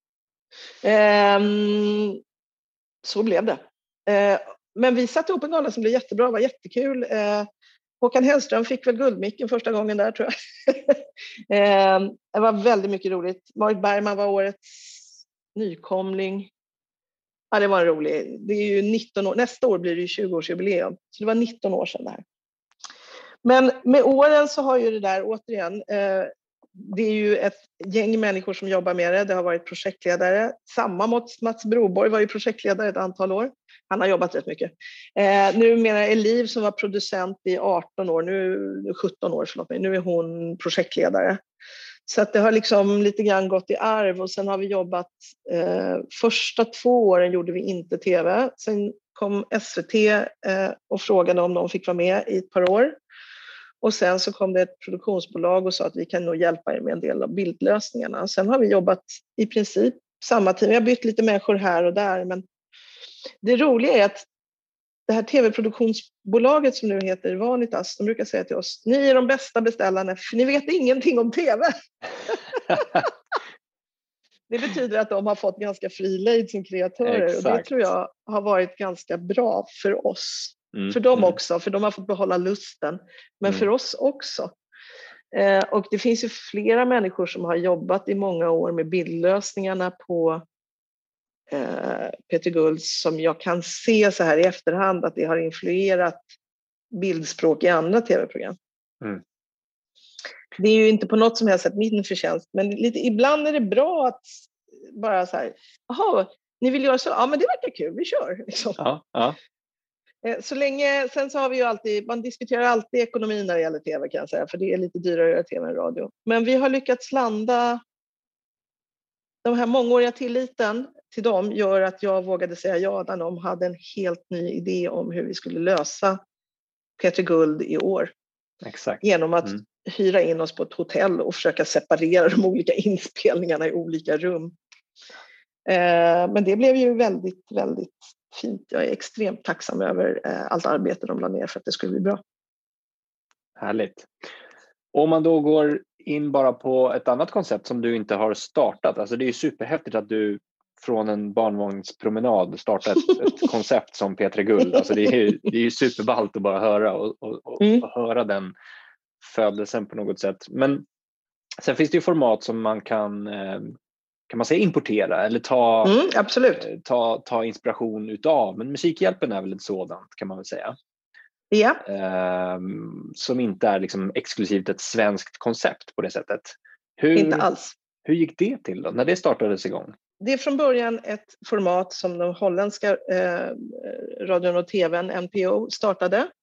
Eh, så blev det. Eh, Men vi satte ihop en gala som blev jättebra, var jättekul. Eh, Håkan Hellström fick väl Guldmicken första gången där, tror jag. eh, det var väldigt mycket roligt. Marit Bergman var årets nykomling. Ja, det var en rolig. Det är ju nitton år, nästa år blir det ju tjugo-årsjubileum. Så det var nitton år sedan det här. Men med åren så har ju det där återigen, eh, det är ju ett gäng människor som jobbar med det. Det har varit projektledare. Samma Mats, Mats Broborg var ju projektledare ett antal år. Han har jobbat rätt mycket. Eh, nu menar Eliv som var producent i arton år, nu sjutton år, förlåt mig. Nu är hon projektledare. Så att det har liksom lite grann gått i arv, och sen har vi jobbat, eh, första två åren gjorde vi inte tv. Sen kom S V T eh, och frågade om de fick vara med i ett par år. Och sen så kom det ett produktionsbolag och sa att vi kan nog hjälpa er med en del av bildlösningarna. Sen har vi jobbat i princip samma team. Vi har bytt lite människor här och där, men det roliga är att det här tv-produktionsbolaget som nu heter Vanitas, de brukar säga till oss, ni är de bästa beställarna för ni vet ingenting om tv. Det betyder att de har fått ganska fri lejd som kreatörer. Exakt. Och det tror jag har varit ganska bra för oss. Mm, för dem mm. också, för de har fått behålla lusten. Men mm. för oss också. Eh, och det finns ju flera människor som har jobbat i många år med bildlösningarna på eh, Peter Guld, som jag kan se så här i efterhand att det har influerat bildspråk i andra tv-program. Mm. Det är ju inte på något som helst sätt min förtjänst, men lite, ibland är det bra att bara så här, jaha, ni vill göra så? Ja, men det verkar kul, vi kör. Liksom. Ja, ja. Så länge, sen så har vi ju alltid, man diskuterar alltid ekonomin när det gäller tv kan jag säga, för det är lite dyrare att göra tv än radio. Men vi har lyckats landa, de här mångåriga tilliten till dem gör att jag vågade säga ja när de hade en helt ny idé om hur vi skulle lösa Peter Guld i år. Exakt. Genom att mm. hyra in oss på ett hotell och försöka separera de olika inspelningarna i olika rum. Eh, men det blev ju väldigt, väldigt fint. Jag är extremt tacksam över eh, allt arbete de la ner för att det skulle bli bra. Härligt. Om man då går in bara på ett annat koncept som du inte har startat. Alltså det är ju superhäftigt att du från en barnvagnspromenad startar ett, ett koncept som Peter Guld. Alltså det är ju, det är ju superballt att bara höra och, och, och, mm. och höra den födelsen på något sätt. Men sen finns det ju format som man kan, kan man säga importera eller ta, mm, absolut. ta, ta inspiration utav. Men Musikhjälpen är väl ett sådant kan man väl säga. Ja. Um, som inte är liksom exklusivt ett svenskt koncept på det sättet. Hur, inte alls. Hur gick det till då, när det startades igång? Det är från början ett format som de holländska eh, radion och tvn, N P O, startade.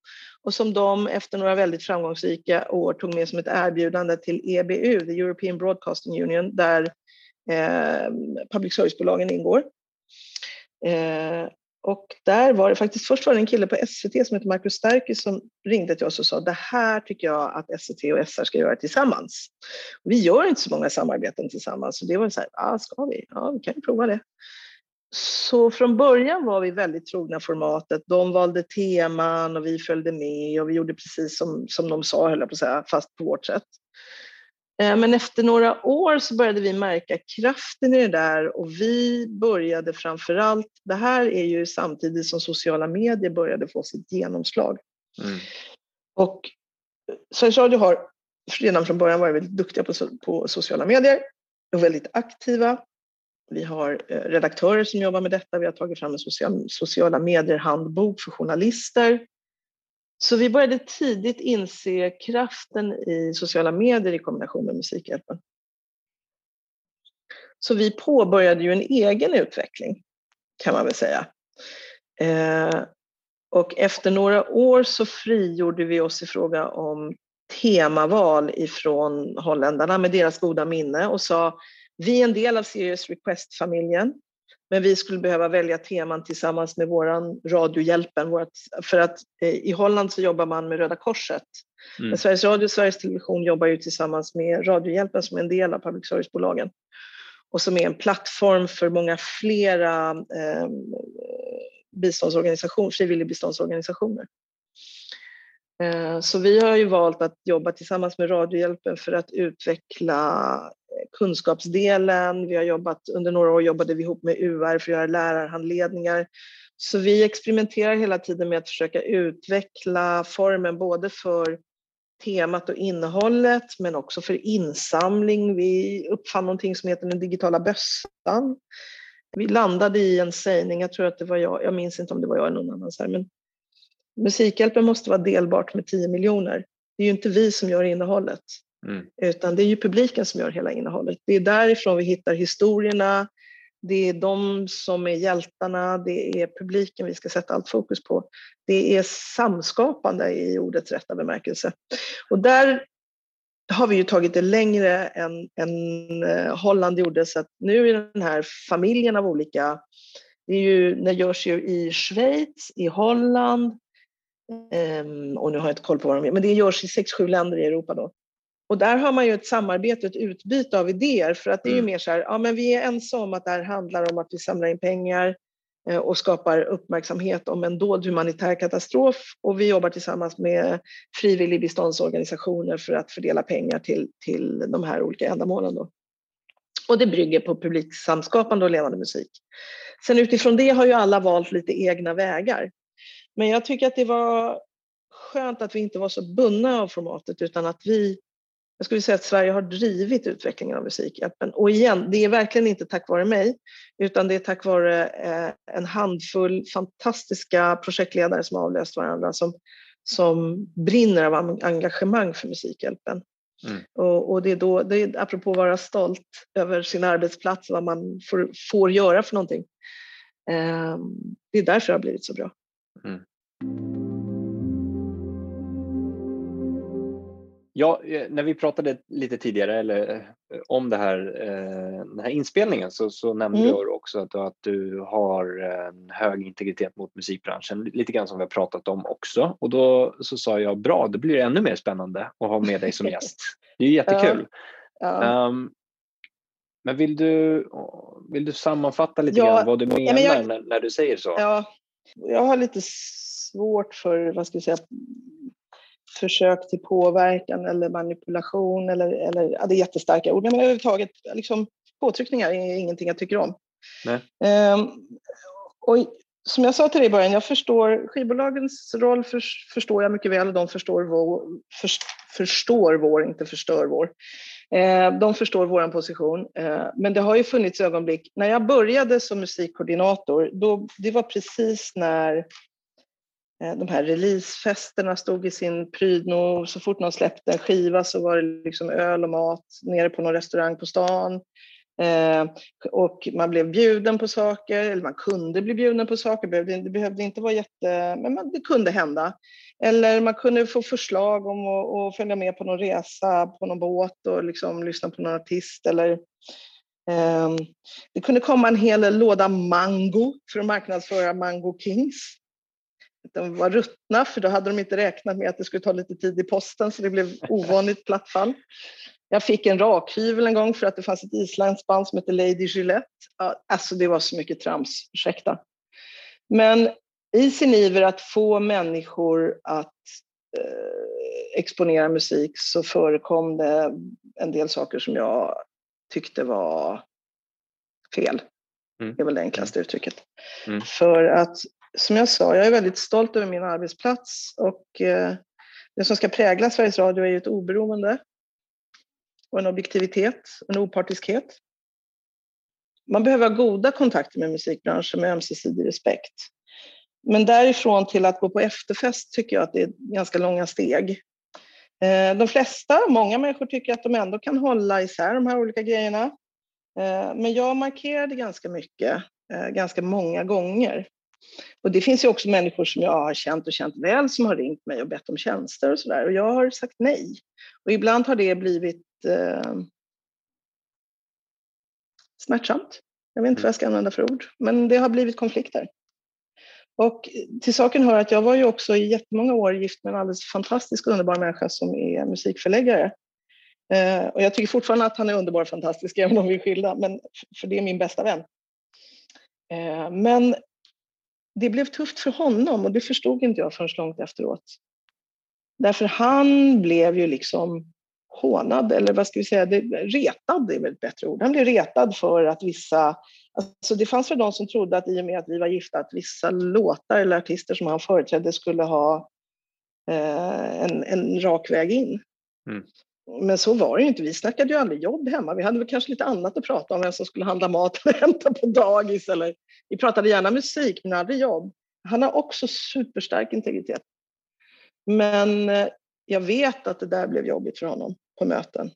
och som de efter några väldigt framgångsrika år tog med som ett erbjudande till E B U, the European Broadcasting Union, där eh, public service-bolagen ingår. Eh, och där var det faktiskt, först var det en kille på S V T som heter Marcus Sterky som ringde till oss och sa, det här tycker jag att S V T och S R ska göra tillsammans. Och vi gör inte så många samarbeten tillsammans, så det var så här, ah, ska vi? Ja, vi kan ju prova det. Så från början var vi väldigt trogna formatet. De valde teman och vi följde med och vi gjorde precis som, som de sa, höll jag på att säga, fast på vårt sätt. Men efter några år så började vi märka kraften i det där och vi började framförallt, det här är ju samtidigt som sociala medier började få sitt genomslag. Mm. Och Sveriges Radio har redan från början varit väldigt duktiga på, på sociala medier och väldigt aktiva. Vi har redaktörer som jobbar med detta, vi har tagit fram en social, sociala medier-handbok för journalister. Så vi började tidigt inse kraften i sociala medier i kombination med Musikhjälpen. Så vi påbörjade ju en egen utveckling, kan man väl säga. Eh, och efter några år så frigjorde vi oss i fråga om temaval ifrån holländarna med deras goda minne och sa, vi är en del av Serious Request-familjen. Men vi skulle behöva välja teman tillsammans med våran Radiohjälpen. Vårat, för att eh, i Holland så jobbar man med Röda Korset. Mm. Men Sveriges Radio och Sveriges Television jobbar ju tillsammans med Radiohjälpen som är en del av public service-bolagen. Och som är en plattform för många flera eh, biståndsorganisationer, frivillig biståndsorganisationer. Eh, så vi har ju valt att jobba tillsammans med Radiohjälpen för att utveckla kunskapsdelen. Vi har jobbat, under några år jobbade vi ihop med U R för att göra lärarhandledningar. Så vi experimenterar hela tiden med att försöka utveckla formen både för temat och innehållet men också för insamling. Vi uppfann någonting som heter den digitala bössan. Vi landade i en sägning, jag tror att det var jag, jag minns inte om det var jag eller någon annan så här, men Musikhjälpen måste vara delbart med tio miljoner. Det är ju inte vi som gör innehållet. Mm. Utan det är ju publiken som gör hela innehållet. Det är därifrån vi hittar historierna. Det är de som är hjältarna. Det är publiken vi ska sätta allt fokus på. Det är samskapande i ordets rätta bemärkelse. Och där har vi ju tagit det längre än, än Holland gjorde. Så att nu är den här familjen av olika... Det, är ju, det görs ju i Schweiz, i Holland. Um, och nu har jag inte koll på vad de är. Men det görs i sex sju länder i Europa då. Och där har man ju ett samarbete, ett utbyte av idéer för att det är ju mer så här, ja men vi är ensamma om att det här handlar om att vi samlar in pengar eh, och skapar uppmärksamhet om en dold humanitär katastrof och vi jobbar tillsammans med frivillig biståndsorganisationer för att fördela pengar till, till de här olika ändamålen då. Och det brygger på publiksamskapande och levande musik. Sen utifrån det har ju alla valt lite egna vägar. Men jag tycker att det var skönt att vi inte var så bundna av formatet utan att vi Jag skulle säga att Sverige har drivit utvecklingen av Musikhjälpen. Och igen, det är verkligen inte tack vare mig, utan det är tack vare eh, en handfull fantastiska projektledare som har avlöst varandra, som, som brinner av engagemang för Musikhjälpen. Mm. Och, och det är då, det är, apropå att vara stolt över sin arbetsplats, vad man får, får göra för någonting. Eh, det är därför det har blivit så bra. Mm. Ja, när vi pratade lite tidigare eller, om det här, den här inspelningen så, så nämnde mm. du också att, att du har en hög integritet mot musikbranschen, lite grann som vi har pratat om också. Och då så sa jag, bra, det blir ännu mer spännande att ha med dig som gäst. Det är ju jättekul. Ja. Ja. Um, men vill du, vill du sammanfatta lite ja, grann vad du menar ja, men jag, när, när du säger så? Ja, jag har lite svårt för, vad ska jag säga, försök till påverkan eller manipulation eller, eller ja, det är jättestarka ord, men överhuvudtaget liksom, påtryckningar är ingenting jag tycker om. Nej. Um, och som jag sa till dig i början, jag förstår skivbolagens roll för, förstår jag mycket väl och de förstår vår, för, förstår vår inte förstör vår. Uh, de förstår vår position, uh, men det har ju funnits ögonblick när jag började som musikkoordinator, då, det var precis när de här releasefesterna stod i sin prydno. Så fort någon släppte en skiva så var det liksom öl och mat nere på någon restaurang på stan. Eh, och man blev bjuden på saker, eller man kunde bli bjuden på saker, det behövde, det behövde inte vara jätte, men man, det kunde hända. Eller man kunde få förslag om att, att följa med på någon resa, på någon båt och liksom lyssna på någon artist. Eller, eh, det kunde komma en hel låda mango för att marknadsföra Mango Kings. De var ruttna, för då hade de inte räknat med att det skulle ta lite tid i posten, så det blev ovanligt platt fall. Jag fick en rakhyvel en gång för att det fanns ett isländskt band som heter Lady Gillette. Ja, alltså det var så mycket trams, ursäkta. Men i sin iver att få människor att eh, exponera musik så förekom det en del saker som jag tyckte var fel. Mm. Det är väl det enklaste uttrycket. Mm. För att, som jag sa, jag är väldigt stolt över min arbetsplats, och eh, det som ska prägla Sveriges Radio är ju ett oberoende och en objektivitet, en opartiskhet. Man behöver ha goda kontakter med musikbranschen med ömsesidig respekt. Men därifrån till att gå på efterfest tycker jag att det är ganska långa steg. De flesta, många människor tycker att de ändå kan hålla isär de här olika grejerna. Men jag markerade ganska mycket, ganska många gånger. Och det finns ju också människor som jag har känt och känt väl som har ringt mig och bett om tjänster och sådär. Och jag har sagt nej. Och ibland har det blivit eh, smärtsamt. Jag vet inte vad jag ska använda för ord. Men det har blivit konflikter. Och till saken hör att jag var ju också i jättemånga år gift med en alldeles fantastisk underbar människa som är musikförläggare. Eh, och jag tycker fortfarande att han är underbar och fantastisk även om vi är skilda. Men, för det är min bästa vän. Eh, men det blev tufft för honom, och det förstod inte jag förrän långt efteråt. Därför han blev ju liksom hånad, eller vad ska vi säga, det, retad är väl ett bättre ord. Han blev retad för att vissa, alltså det fanns för de som trodde att i och med att vi var gifta att vissa låtar eller artister som han företrädde skulle ha eh, en, en rak väg in. Mm. Men så var det ju inte, vi snackade ju aldrig jobb hemma. Vi hade väl kanske lite annat att prata om, vem som skulle handla mat eller hämta på dagis. Eller, vi pratade gärna musik, men aldrig jobb. Han har också superstark integritet. Men eh, jag vet att det där blev jobbigt för honom på möten.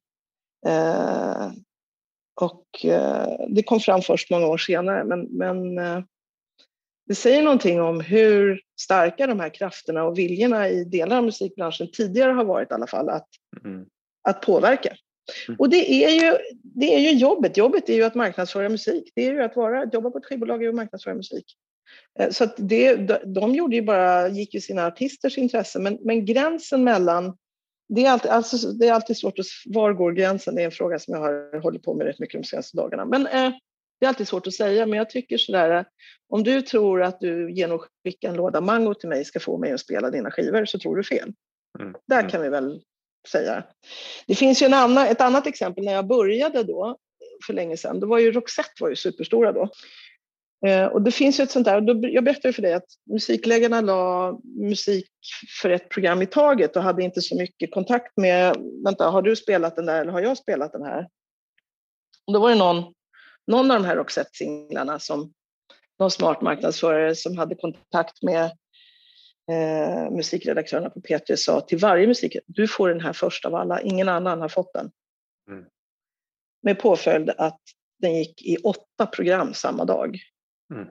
Eh, och eh, det kom fram först många år senare. Men, men eh, det säger någonting om hur starka de här krafterna och viljorna i delar av musikbranschen tidigare har varit i alla fall att mm. att påverka. Mm. Och det är ju det är ju jobbet. Jobbet är ju att marknadsföra musik. Det är ju att vara jobba på ett skivbolag och marknadsföra musik. Så att det de gjorde ju bara gick ju sina artisters intresse, men men gränsen mellan det är alltid alltså det är alltid svårt att var går gränsen. Det är en fråga som jag har hållit på med rätt mycket de senaste dagarna. Men eh, det är alltid svårt att säga, men jag tycker så där, om du tror att du genom att skicka en låda mango till mig ska få mig att spela dina skivor, så tror du fel. Mm. Där kan vi väl säga. Det finns ju en annan, ett annat exempel när jag började då för länge sedan. Då var ju Roxette var ju superstora då. Eh, och det finns ju ett sånt där, då, jag berättade för dig att musikläggarna la musik för ett program i taget och hade inte så mycket kontakt med, vänta, har du spelat den där eller har jag spelat den här? Och då var det någon, någon av de här Roxette-singlarna som någon smart marknadsförare som hade kontakt med Eh, musikredaktörerna på P tre sa till varje musik, du får den här först av alla, ingen annan har fått den. Mm. Med påföljd att den gick i åtta program samma dag. Mm.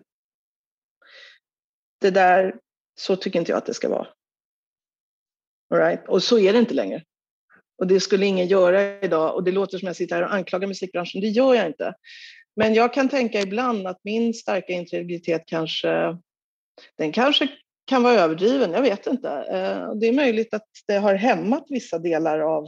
Det där, så tycker inte jag att det ska vara. All right? Och så är det inte längre. Och det skulle ingen göra idag, och det låter som jag sitter här och anklagar musikbranschen, det gör jag inte. Men jag kan tänka ibland att min starka integritet kanske, den kanske kan vara överdriven, jag vet inte. Det är möjligt att det har hämmat vissa delar av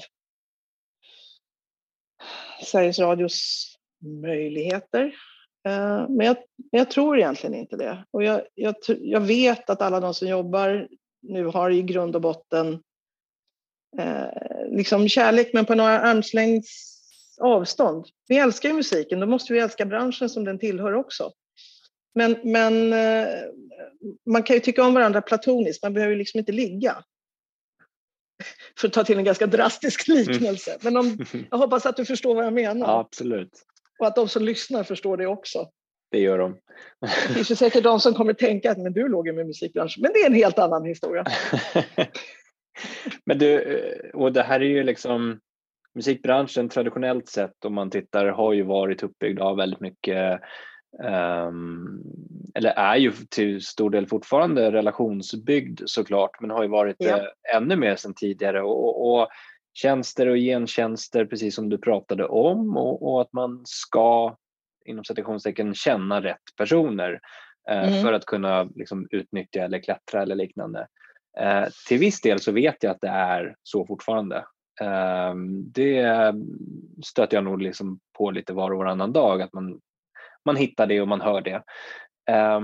Sveriges Radios möjligheter. Men jag, jag tror egentligen inte det. Och jag, jag, jag vet att alla de som jobbar nu har i grund och botten eh, liksom kärlek, men på några armslängds avstånd. Vi älskar ju musiken, då måste vi älska branschen som den tillhör också. Men, men man kan ju tycka om varandra platoniskt, man behöver ju liksom inte ligga. För att ta till en ganska drastisk liknelse. Men om, jag hoppas att du förstår vad jag menar. Ja, absolut. Och att de som lyssnar förstår det också. Det gör de. Det finns ju säkert de som kommer tänka att men du låg ju med musikbranschen. Men det är en helt annan historia. Men du, och det här är ju liksom, musikbranschen traditionellt sett, om man tittar, har ju varit uppbyggd av väldigt mycket um, eller är ju till stor del fortfarande relationsbyggd såklart, men har ju varit Ja. eh, ännu mer sedan tidigare och, och tjänster och gentjänster precis som du pratade om och, och att man ska inom citationstecken känna rätt personer eh, Mm. för att kunna liksom, utnyttja eller klättra eller liknande. Eh, till viss del så vet jag att det är så fortfarande. Eh, det stöter jag nog liksom på lite var och varannan dag, att man, man hittar det och man hör det. Eh,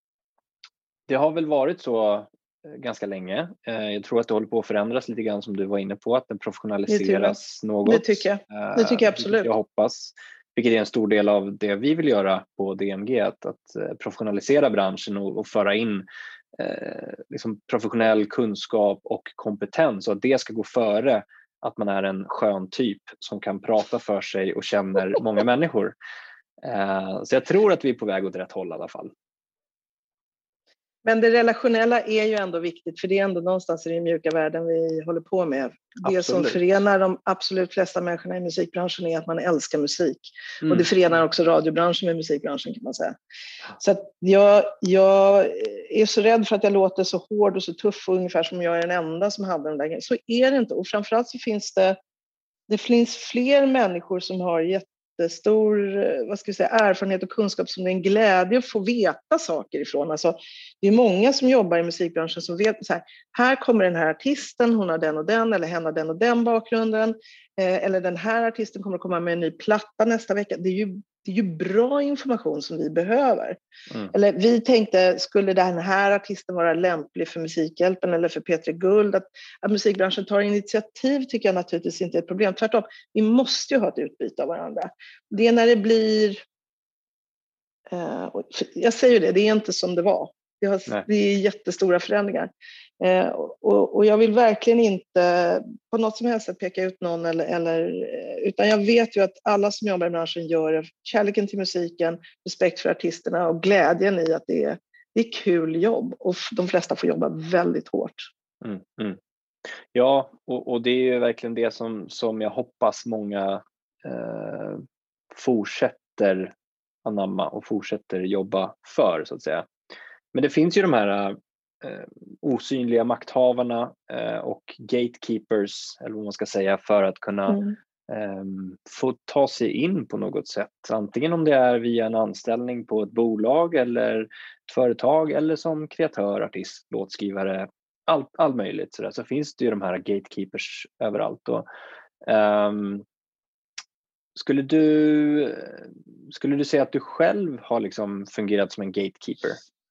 det har väl varit så ganska länge. Eh, jag tror att det håller på att förändras lite grann som du var inne på, att den professionaliseras det något. Det tycker jag. Det tycker jag absolut. Eh, jag hoppas. Vilket är en stor del av det vi vill göra på D M G, att, att professionalisera branschen och, och föra in eh, liksom professionell kunskap och kompetens, och att det ska gå före att man är en skön typ som kan prata för sig och känner många människor. Eh, så jag tror att vi är på väg åt rätt håll i alla fall. Men det relationella är ju ändå viktigt, för det är ändå någonstans i den mjuka världen vi håller på med. Det Absolut. som förenar de absolut flesta människorna i musikbranschen är att man älskar musik. Mm. Och det förenar också radiobranschen med musikbranschen, kan man säga. Så att jag, jag är så rädd för att jag låter så hård och så tuff, och ungefär som jag är den enda som hade den där grejen. Så är det inte. Och framförallt så finns det, det finns fler människor som har jätte stor, vad ska vi säga, erfarenhet och kunskap som det är en glädje att få veta saker ifrån. Alltså, det är många som jobbar i musikbranschen som vet så här, här kommer den här artisten, hon har den och den, eller hen har den och den bakgrunden, eh, eller den här artisten kommer att komma med en ny platta nästa vecka. Det är ju, det är ju bra information som vi behöver. Mm. Eller vi tänkte, skulle den här artisten vara lämplig för Musikhjälpen eller för P tre Guld? Att, att musikbranschen tar initiativ tycker jag naturligtvis inte är ett problem. Tvärtom, vi måste ju ha ett utbyte av varandra. Det är när det blir, eh, jag säger det, det är inte som det var. Det, har, det är jättestora förändringar. Eh, och, och jag vill verkligen inte på något som helst peka ut någon, eller, eller, utan jag vet ju att alla som jobbar i branschen gör det. Kärleken till musiken, respekt för artisterna och glädjen i att det är, det är kul jobb, och de flesta får jobba väldigt hårt. Mm, mm. Ja, och, och det är ju verkligen det som, som jag hoppas många eh, fortsätter anamma och fortsätter jobba för, så att säga. Men det finns ju de här eh, osynliga makthavarna eh, och gatekeepers, eller vad man ska säga, för att kunna mm. eh, få ta sig in på något sätt. Antingen om det är via en anställning på ett bolag eller ett företag, eller som kreatör, artist, låtskrivare, allt all möjligt. Så, där. Så finns det ju de här gatekeepers överallt. Och, eh, skulle, du, skulle du säga att du själv har liksom fungerat som en gatekeeper?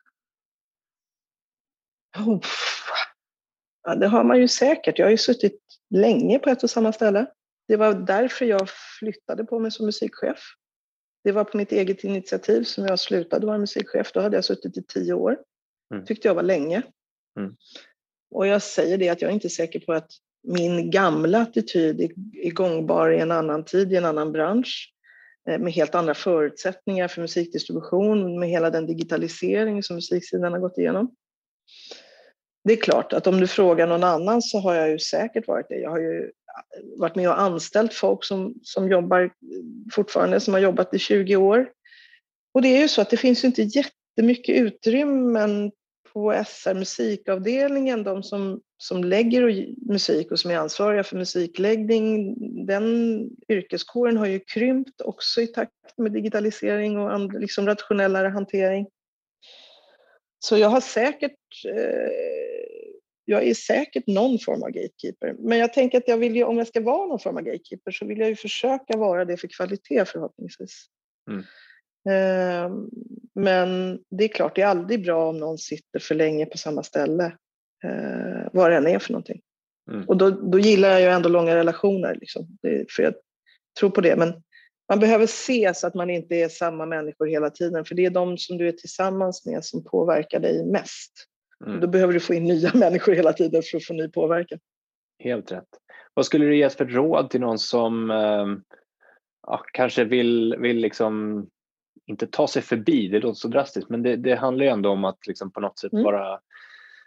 Oh. Ja, det har man ju säkert. Jag har ju suttit länge på ett och samma ställe. Det var därför jag flyttade på mig som musikchef. Det var på mitt eget initiativ som jag slutade vara musikchef. Då hade jag suttit i tio år. Mm. Tyckte jag var länge. Mm. Och jag säger det att jag är inte säker på att min gamla attityd är gångbar i en annan tid, i en annan bransch. Med helt andra förutsättningar för musikdistribution, med hela den digitalisering som musiksidan har gått igenom. Det är klart att om du frågar någon annan så har jag ju säkert varit det. Jag har ju varit med och anställt folk som, som jobbar fortfarande, som har jobbat i tjugo år. Och det är ju så att det finns ju inte jättemycket utrymmen på S R musikavdelningen. De som, som lägger musik och som är ansvariga för musikläggning, den yrkeskåren har ju krympt också i takt med digitalisering och and, liksom rationellare hantering. Så jag har säkert, eh, jag är säkert någon form av gatekeeper. Men jag tänker att jag vill ju, om jag ska vara någon form av gatekeeper, så vill jag ju försöka vara det för kvalitet förhoppningsvis. Mm. Eh, men det är klart, det är aldrig bra om någon sitter för länge på samma ställe. Eh, vad det än är för någonting. Mm. Och då, då gillar jag ju ändå långa relationer. Liksom. Det, för jag tror på det, men man behöver se så att man inte är samma människor hela tiden. För det är de som du är tillsammans med som påverkar dig mest. Mm. Då behöver du få in nya människor hela tiden för att få ny påverkan. Helt rätt. Vad skulle du ge för råd till någon som eh, ja, kanske vill, vill liksom inte ta sig förbi, det låter så drastiskt, men det, det handlar ju ändå om att liksom på något sätt mm. vara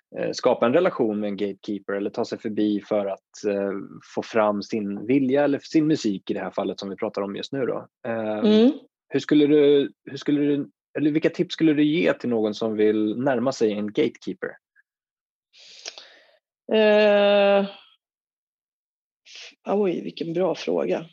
eh, skapa en relation med en gatekeeper eller ta sig förbi för att eh, få fram sin vilja eller sin musik i det här fallet som vi pratar om just nu då. Eh, Mm. hur skulle du, hur skulle du, eller vilka tips skulle du ge till någon som vill närma sig en gatekeeper? Eh, oj, vilken bra fråga.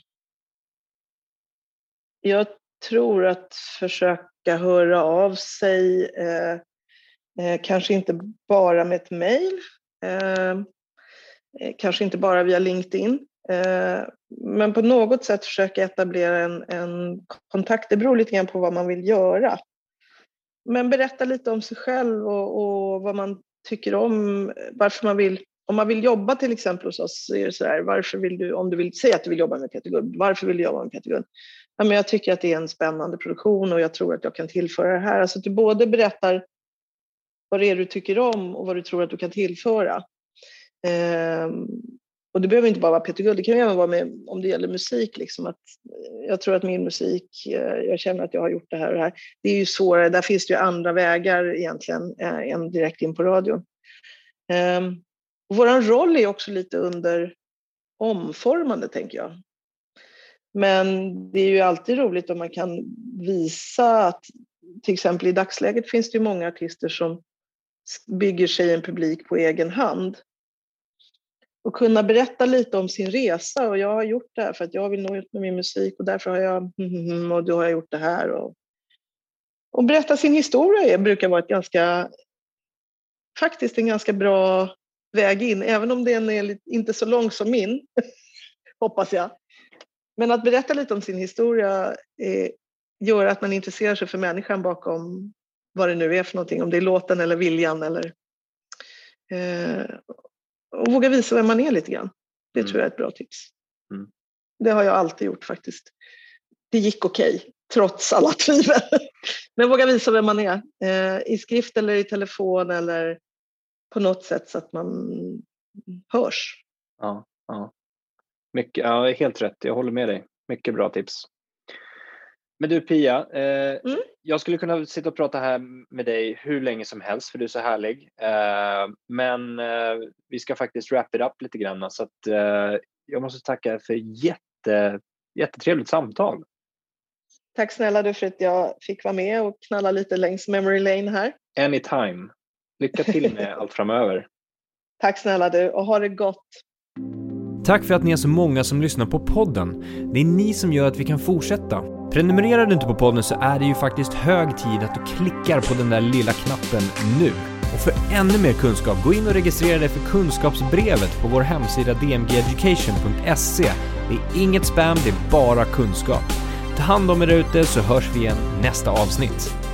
Jag tror att försöka höra av sig, eh, eh, kanske inte bara med ett mejl, eh, kanske inte bara via LinkedIn, eh, men på något sätt försöka etablera en, en kontakt. Det beror lite grann på vad man vill göra. Men berätta lite om sig själv och, och vad man tycker om, varför man vill. Om man vill jobba till exempel hos oss så är det så här, varför vill du, om du vill säga att du vill jobba med Peter Guld, varför vill du jobba med Peter Guld? Ja, men jag tycker att det är en spännande produktion och jag tror att jag kan tillföra det här. Alltså att du både berättar vad det är du tycker om och vad du tror att du kan tillföra. Ehm, och det behöver inte bara vara Peter Guld, det kan ju även vara med, om det gäller musik. Liksom, att jag tror att min musik, jag känner att jag har gjort det här och det här. Det är ju svårare, där finns det ju andra vägar egentligen eh, än direkt in på radion. Ehm, Vår roll är också lite under omformande, tänker jag. Men det är ju alltid roligt om man kan visa att till exempel i dagsläget finns det ju många artister som bygger sig en publik på egen hand. Och kunna berätta lite om sin resa, och jag har gjort det här för att jag vill nå ut med min musik och därför har jag, och då har jag gjort det här. Och, och berätta sin historia brukar vara ett ganska, faktiskt en ganska bra väg in, även om den är lite, inte så lång som min, hoppas jag. Men att berätta lite om sin historia eh, gör att man intresserar sig för människan bakom vad det nu är för någonting, om det är låten eller viljan eller eh, och våga visa vem man är lite grann. Det mm. tror jag är ett bra tips. Mm. Det har jag alltid gjort faktiskt. Det gick okej, okay, trots alla tvivel. Men våga visa vem man är. Eh, I skrift eller i telefon eller på något sätt så att man hörs. Ja, ja. Mycket, ja, helt rätt. Jag håller med dig. Mycket bra tips. Men du Pia, eh, mm. jag skulle kunna sitta och prata här med dig hur länge som helst för du är så härlig. Eh, men eh, vi ska faktiskt wrap it up lite grann. Så att, eh, jag måste tacka för jätte, jättetrevligt samtal. Tack snälla du för att jag fick vara med och knalla lite längs memory lane här. Anytime. Lycka till med allt framöver. Tack snälla du och ha det gott. Tack för att ni är så många som lyssnar på podden. Det är ni som gör att vi kan fortsätta. Prenumererar du inte på podden så är det ju faktiskt hög tid att du klickar på den där lilla knappen nu. Och för ännu mer kunskap, gå in och registrera dig för kunskapsbrevet på vår hemsida d m g education punkt se. Det är inget spam, det är bara kunskap. Ta hand om er ute så hörs vi igen nästa avsnitt.